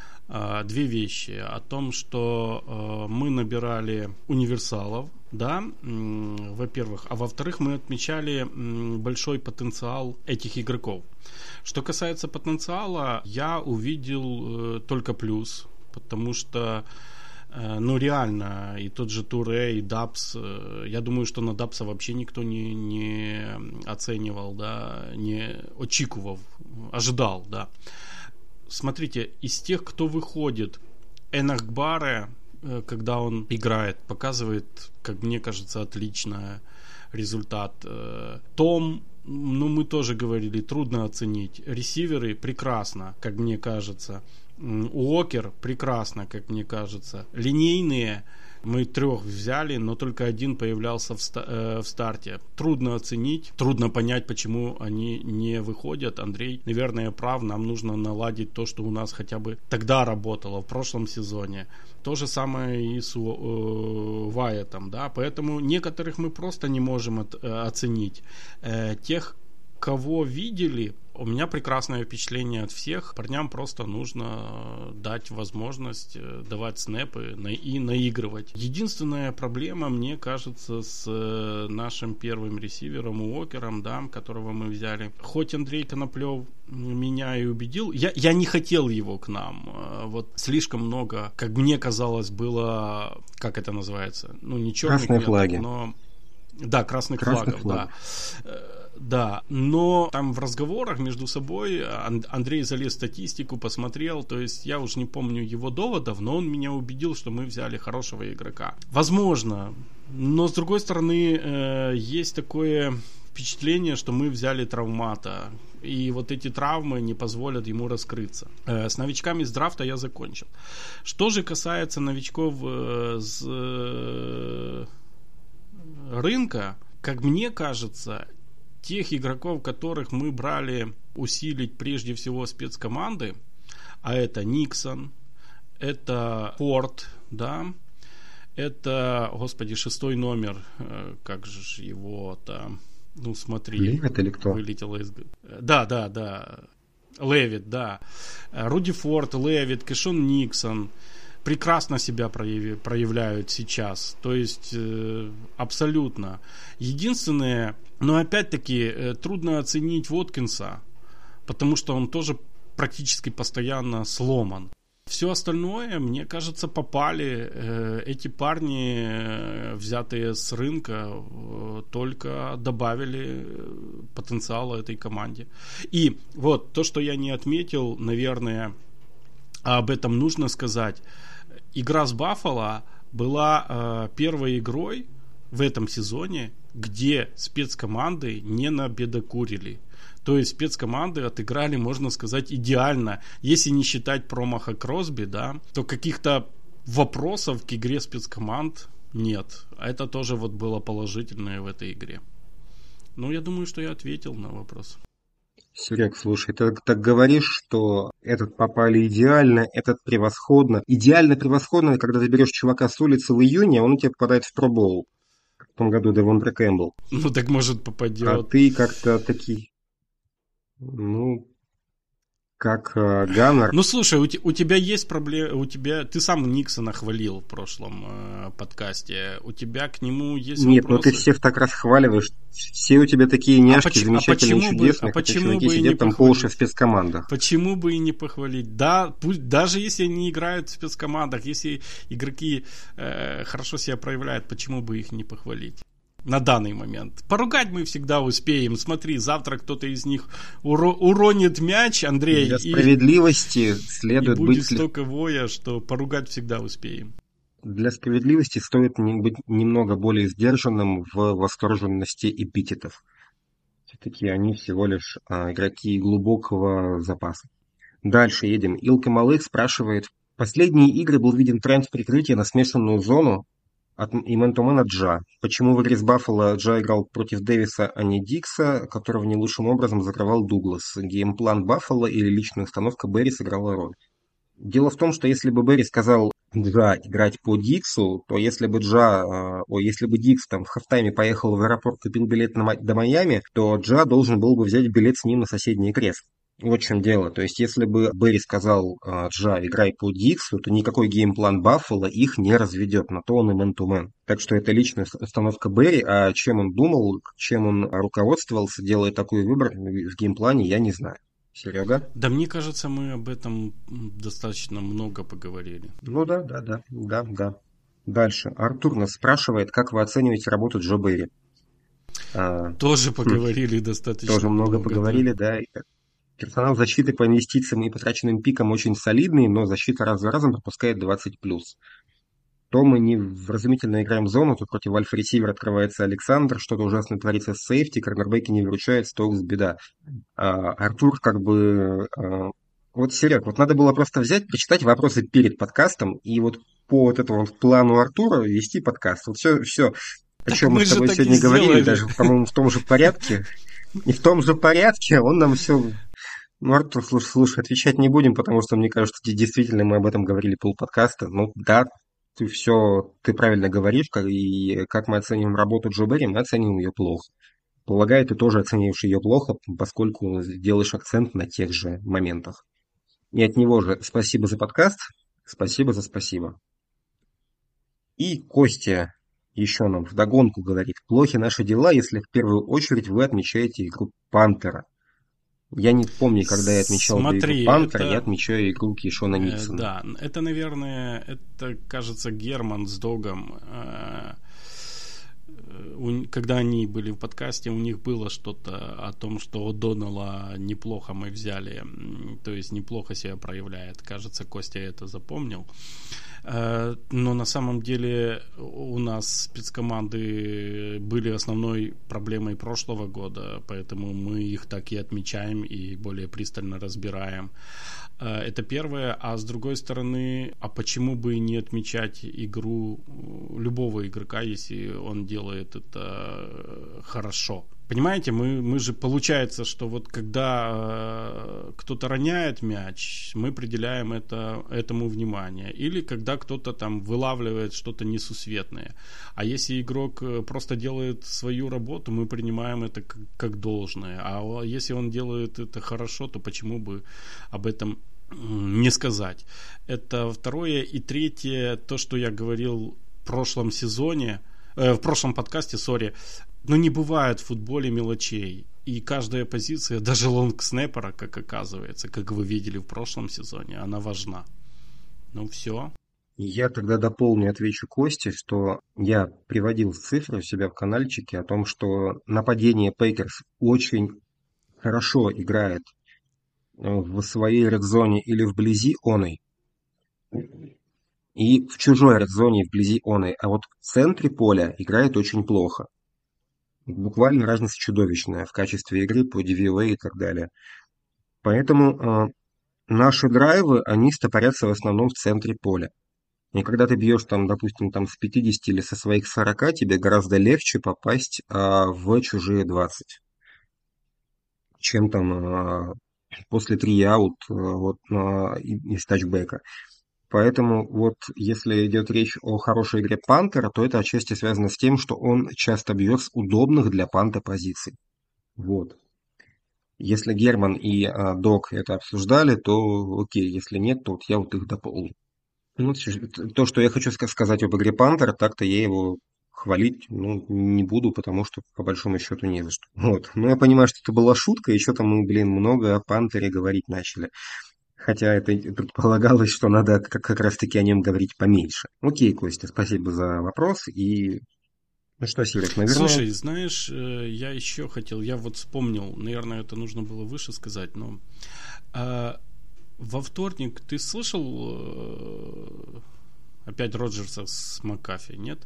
две вещи. О том, что мы набирали универсалов, да, во-первых. А во-вторых, мы отмечали большой потенциал этих игроков. Что касается потенциала, я увидел только плюс, потому что ну, реально, и тот же Туре, и Дабс, я думаю, что на Дабса вообще никто не оценивал, да, не очікував, ожидал, да. Смотрите, из тех, кто выходит, Энакбаре, когда он играет, показывает, как мне кажется, отлично результат. Том, ну, мы тоже говорили, трудно оценить. Ресиверы прекрасно, как мне кажется. Уокер прекрасно, как мне кажется. Линейные мы 3 взяли, но только один появлялся в старте. Трудно оценить, трудно понять, почему они не выходят. Андрей, наверное, прав, нам нужно наладить то, что у нас хотя бы тогда работало в прошлом сезоне. То же самое и с Вайетом, да, поэтому некоторых мы просто не можем оценить. Тех, кого видели, у меня прекрасное впечатление от всех. Парням просто нужно дать возможность давать снэпы и наигрывать. Единственная проблема, мне кажется, с нашим первым ресивером Уокером, да, которого мы взяли. Хоть Андрей Коноплев меня и убедил, я не хотел его к нам. Вот слишком много, как мне казалось, было, как это называется, ну не черных Красные флаги. но да, красных флагов, да. Да, но там в разговорах между собой Андрей залез в статистику, посмотрел, то есть я уж не помню его доводов, но он меня убедил, что мы взяли хорошего игрока. Возможно, но с другой стороны есть такое впечатление, что мы взяли травмата, и вот эти травмы не позволят ему раскрыться. С новичками с драфта я закончил. Что же касается новичков с рынка, как мне кажется, тех игроков, которых мы брали усилить прежде всего спецкоманды, а это Никсон, это Форд, да, это, господи, 6 номер, как же его-то, ну смотри, Левит или кто? вылетело из... Да, Левит, да, Руди Форд, Левит, Кэшон Никсон, прекрасно себя проявляют сейчас. То есть абсолютно. Единственное, но опять-таки трудно оценить Воткинса, потому что он тоже практически постоянно сломан. Все остальное, мне кажется, попали. Эти парни, взятые с рынка, только добавили потенциала этой команде. И вот то, что я не отметил, наверное, а об этом нужно сказать. Игра с Баффало была первой игрой в этом сезоне, где спецкоманды не набедокурили. То есть спецкоманды отыграли, можно сказать, идеально. Если не считать промаха Кросби, да, то каких-то вопросов к игре спецкоманд нет. А это тоже вот было положительное в этой игре. Ну, я думаю, что я ответил на вопрос. Серег, слушай, ты так говоришь, что этот попали идеально, этот превосходно. Идеально превосходно, когда ты берешь чувака с улицы в июне, он у тебя попадает в пробоул. В том году Девондер Кэмпбелл. Ну, так может А попадет. ты как-то такие... Ну, как Ганнер. Ну, слушай, у тебя есть проблема, ты сам Никсона хвалил в прошлом подкасте, у тебя к нему есть Нет, вопросы? ну ты всех так расхваливаешь. Все у тебя такие няшки, замечательные, чудесные, хотя чуваки сидят там по уши в спецкомандах. Почему бы и не похвалить? Да, пусть, даже если они играют в спецкомандах, если игроки хорошо себя проявляют, почему бы их не похвалить? На данный момент. Поругать мы всегда успеем. Смотри, завтра кто-то из них уронит мяч, Андрей. Для справедливости следует и будет быть... столько воя, что поругать всегда успеем. Для справедливости стоит быть немного более сдержанным в восторженности эпитетов. Все-таки они всего лишь игроки глубокого запаса. Дальше едем. Илка Малых спрашивает. Последние игры был виден тренд прикрытия на смешанную зону и мэн-то-мэн от Джа. Почему в игре с Баффало Джа играл против Дэвиса, а не Дикса, которого не лучшим образом закрывал Дуглас? Геймплан Баффало или личная установка Берри сыграла роль? Дело в том, что если бы Берри сказал Джа играть по Диксу, то если бы если бы Дикс там в хафтайме поехал в аэропорт, купил билет до Майами, то Джа должен был бы взять билет с ним на соседний крест. Вот в чем дело. То есть, если бы Берри сказал Джа, играй по Диксу, то никакой геймплан Баффало их не разведет. На то он и мэн-то-мэн. Так что это личная установка Берри, а чем он думал, чем он руководствовался, делая такой выбор в геймплане, я не знаю. Серега? Да, мне кажется, мы об этом достаточно много поговорили. Ну да. Дальше. Артур нас спрашивает, как вы оцениваете работу Джо Берри? Тоже поговорили достаточно тоже много поговорили, да. Персонал защиты по инвестициям и потраченным пикам очень солидный, но защита раз за разом пропускает 20+. То мы невразумительно играем зону, то против альфа-ресивера открывается Александр, что-то ужасно творится с сейфти, корнербеки не выручают, Стоукс беда. Артур Вот, Серег, вот надо было просто взять, прочитать вопросы перед подкастом и вот по вот этому вот плану Артура вести подкаст. Вот все, о чем мы с тобой сегодня говорили, даже, по-моему, в том же порядке. Не в том же порядке, он нам все... Ну, Артур, слушай, отвечать не будем, потому что, мне кажется, действительно мы об этом говорили полподкаста. Ну, да, ты правильно говоришь, и как мы оцениваем работу Джо Берри, мы оцениваем ее плохо. Полагаю, ты тоже оцениваешь ее плохо, поскольку делаешь акцент на тех же моментах. И от него же спасибо за подкаст, спасибо за спасибо. И Костя еще нам вдогонку говорит, плохи наши дела, если в первую очередь вы отмечаете игру Пантера. Я не помню, когда я отмечал игру Пантера, я отмечаю игру Кишона Никсона. Да, это, наверное, кажется, Герман с Догом. Когда они были в подкасте, у них было что-то о том, что О'Доннелла неплохо мы взяли, то есть неплохо себя проявляет. Кажется, Костя это запомнил. Но на самом деле у нас спецкоманды были основной проблемой прошлого года, поэтому мы их так и отмечаем и более пристально разбираем. Это первое. А с другой стороны, а почему бы не отмечать игру любого игрока, если он делает это хорошо? Понимаете, мы же получается, что вот когда кто-то роняет мяч, мы определяем этому внимание. Или когда кто-то там вылавливает что-то несусветное. А если игрок просто делает свою работу, мы принимаем это как должное. А если он делает это хорошо, то почему бы об этом не сказать? Это второе. И третье, то, что я говорил в прошлом сезоне, в прошлом подкасте, но не бывает в футболе мелочей. И каждая позиция, даже лонгснеппера, как оказывается, как вы видели в прошлом сезоне, она важна. Ну все. Я тогда дополню, отвечу Косте, что я приводил цифры у себя в каналчике о том, что нападение Пейкерс очень хорошо играет в своей редзоне или вблизи оной, и в чужой редзоне вблизи оной, а вот в центре поля играет очень плохо. Буквально разница чудовищная в качестве игры по DVOA и так далее. Поэтому наши драйвы, они стопорятся в основном в центре поля. И когда ты бьешь, там, допустим, там, с 50 или со своих 40, тебе гораздо легче попасть в чужие 20, чем там после 3-аут из тачбека. Поэтому вот если идет речь о хорошей игре Пантера, то это отчасти связано с тем, что он часто бьет с удобных для панта позиций. Вот. Если Герман и Док это обсуждали, то окей, если нет, то вот я вот их дополню. Ну, то, что я хочу сказать об игре Пантера, так-то я его хвалить не буду, потому что по большому счету не за что. Вот. Но я понимаю, что это была шутка, и что-то мы, много о Пантере говорить начали. Хотя это предполагалось, что надо как раз-таки о нем говорить поменьше. Окей, Костя, спасибо за вопрос. И ну что, Серег, наверное... Слушай, знаешь, я еще хотел, я вот вспомнил, наверное, это нужно было выше сказать, но во вторник ты слышал опять Роджерса с Макафи, нет?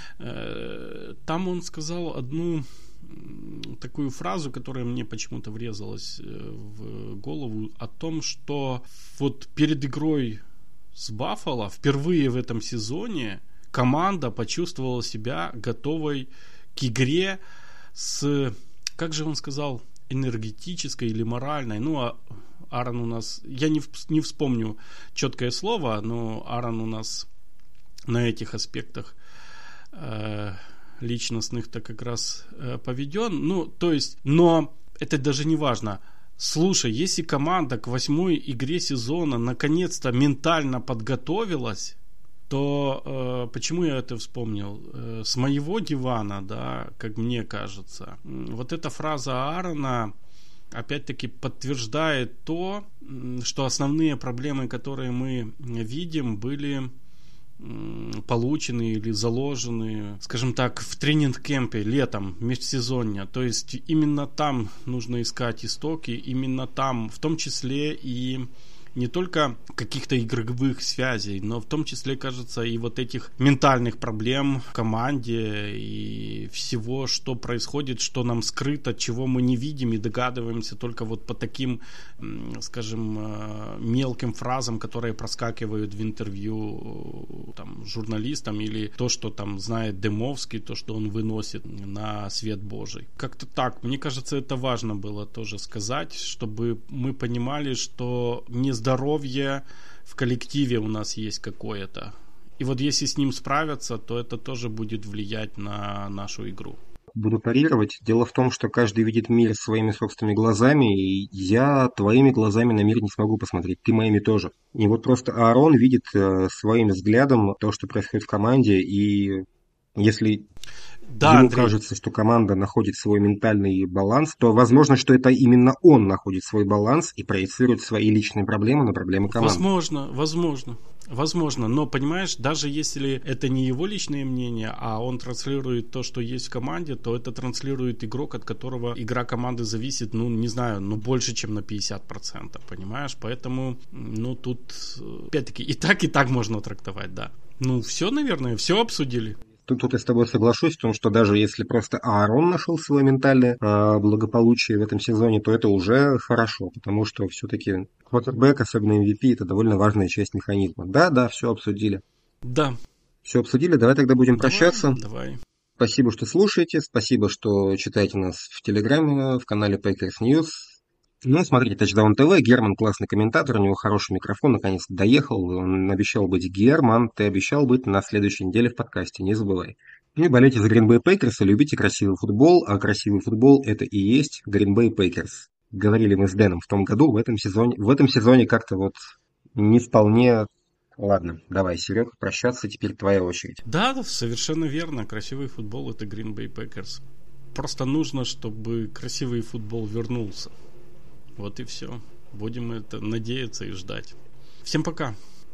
Там он сказал одну такую фразу, которая мне почему-то врезалась в голову, о том, что вот перед игрой с Баффало впервые в этом сезоне команда почувствовала себя готовой к игре с, как же он сказал, энергетической или моральной. Ну, Аарон у нас, я не вспомню четкое слово, но Аарон у нас на этих аспектах личностных-то как раз поведен. Ну, то есть, но это даже не важно. Слушай, если команда к 8-й игре сезона наконец-то ментально подготовилась, то почему я это вспомнил? С моего дивана, да, как мне кажется, вот эта фраза Аарона опять-таки подтверждает то, что основные проблемы, которые мы видим, были получены или заложены, скажем так, в тренинг-кемпе летом, межсезонье. То есть именно там нужно искать истоки, именно там, в том числе и не только каких-то игровых связей, но в том числе, кажется, и вот этих ментальных проблем в команде и всего, что происходит, что нам скрыто, чего мы не видим и догадываемся только вот по таким, скажем, мелким фразам, которые проскакивают в интервью там, журналистам, или то, что там знает Дымовский, то, что он выносит на свет Божий. Как-то так. Мне кажется, это важно было тоже сказать, чтобы мы понимали, что нездоровье в коллективе у нас есть какое-то. И вот если с ним справиться, то это тоже будет влиять на нашу игру. Буду парировать. Дело в том, что каждый видит мир своими собственными глазами, и я твоими глазами на мир не смогу посмотреть, ты моими тоже. И вот просто Аарон видит своим взглядом то, что происходит в команде, и если ему Андрей, кажется, что команда находит свой ментальный баланс, то возможно, что это именно он находит свой баланс и проецирует свои личные проблемы на проблемы команды. Возможно, но понимаешь, даже если это не его личное мнение, а он транслирует то, что есть в команде, то это транслирует игрок, от которого игра команды зависит, не знаю, больше, чем на 50%, понимаешь? Поэтому, тут, опять-таки, и так можно трактовать, да. Все, наверное, все обсудили. Тут я с тобой соглашусь в том, что даже если просто Аарон нашел свое ментальное благополучие в этом сезоне, то это уже хорошо, потому что все-таки квотербэк, особенно MVP, это довольно важная часть механизма. Да, все обсудили. Да. Все обсудили, давай тогда будем прощаться. Давай. Спасибо, что слушаете, спасибо, что читаете нас в Телеграме, в канале Packers News. Смотрите, Touchdown TV, Герман классный комментатор, у него хороший микрофон, наконец-то доехал, он обещал быть. Герман, ты обещал быть на следующей неделе в подкасте, не забывай. И болейте за Green Bay Packers и любите красивый футбол, а красивый футбол это и есть Green Bay Packers. Говорили мы с Дэном в том году, в этом сезоне как-то вот не вполне... Ладно, давай, Серег, прощаться, теперь твоя очередь. Да, совершенно верно, красивый футбол это Green Bay Packers. Просто нужно, чтобы красивый футбол вернулся. Вот и все. Будем это надеяться и ждать. Всем пока.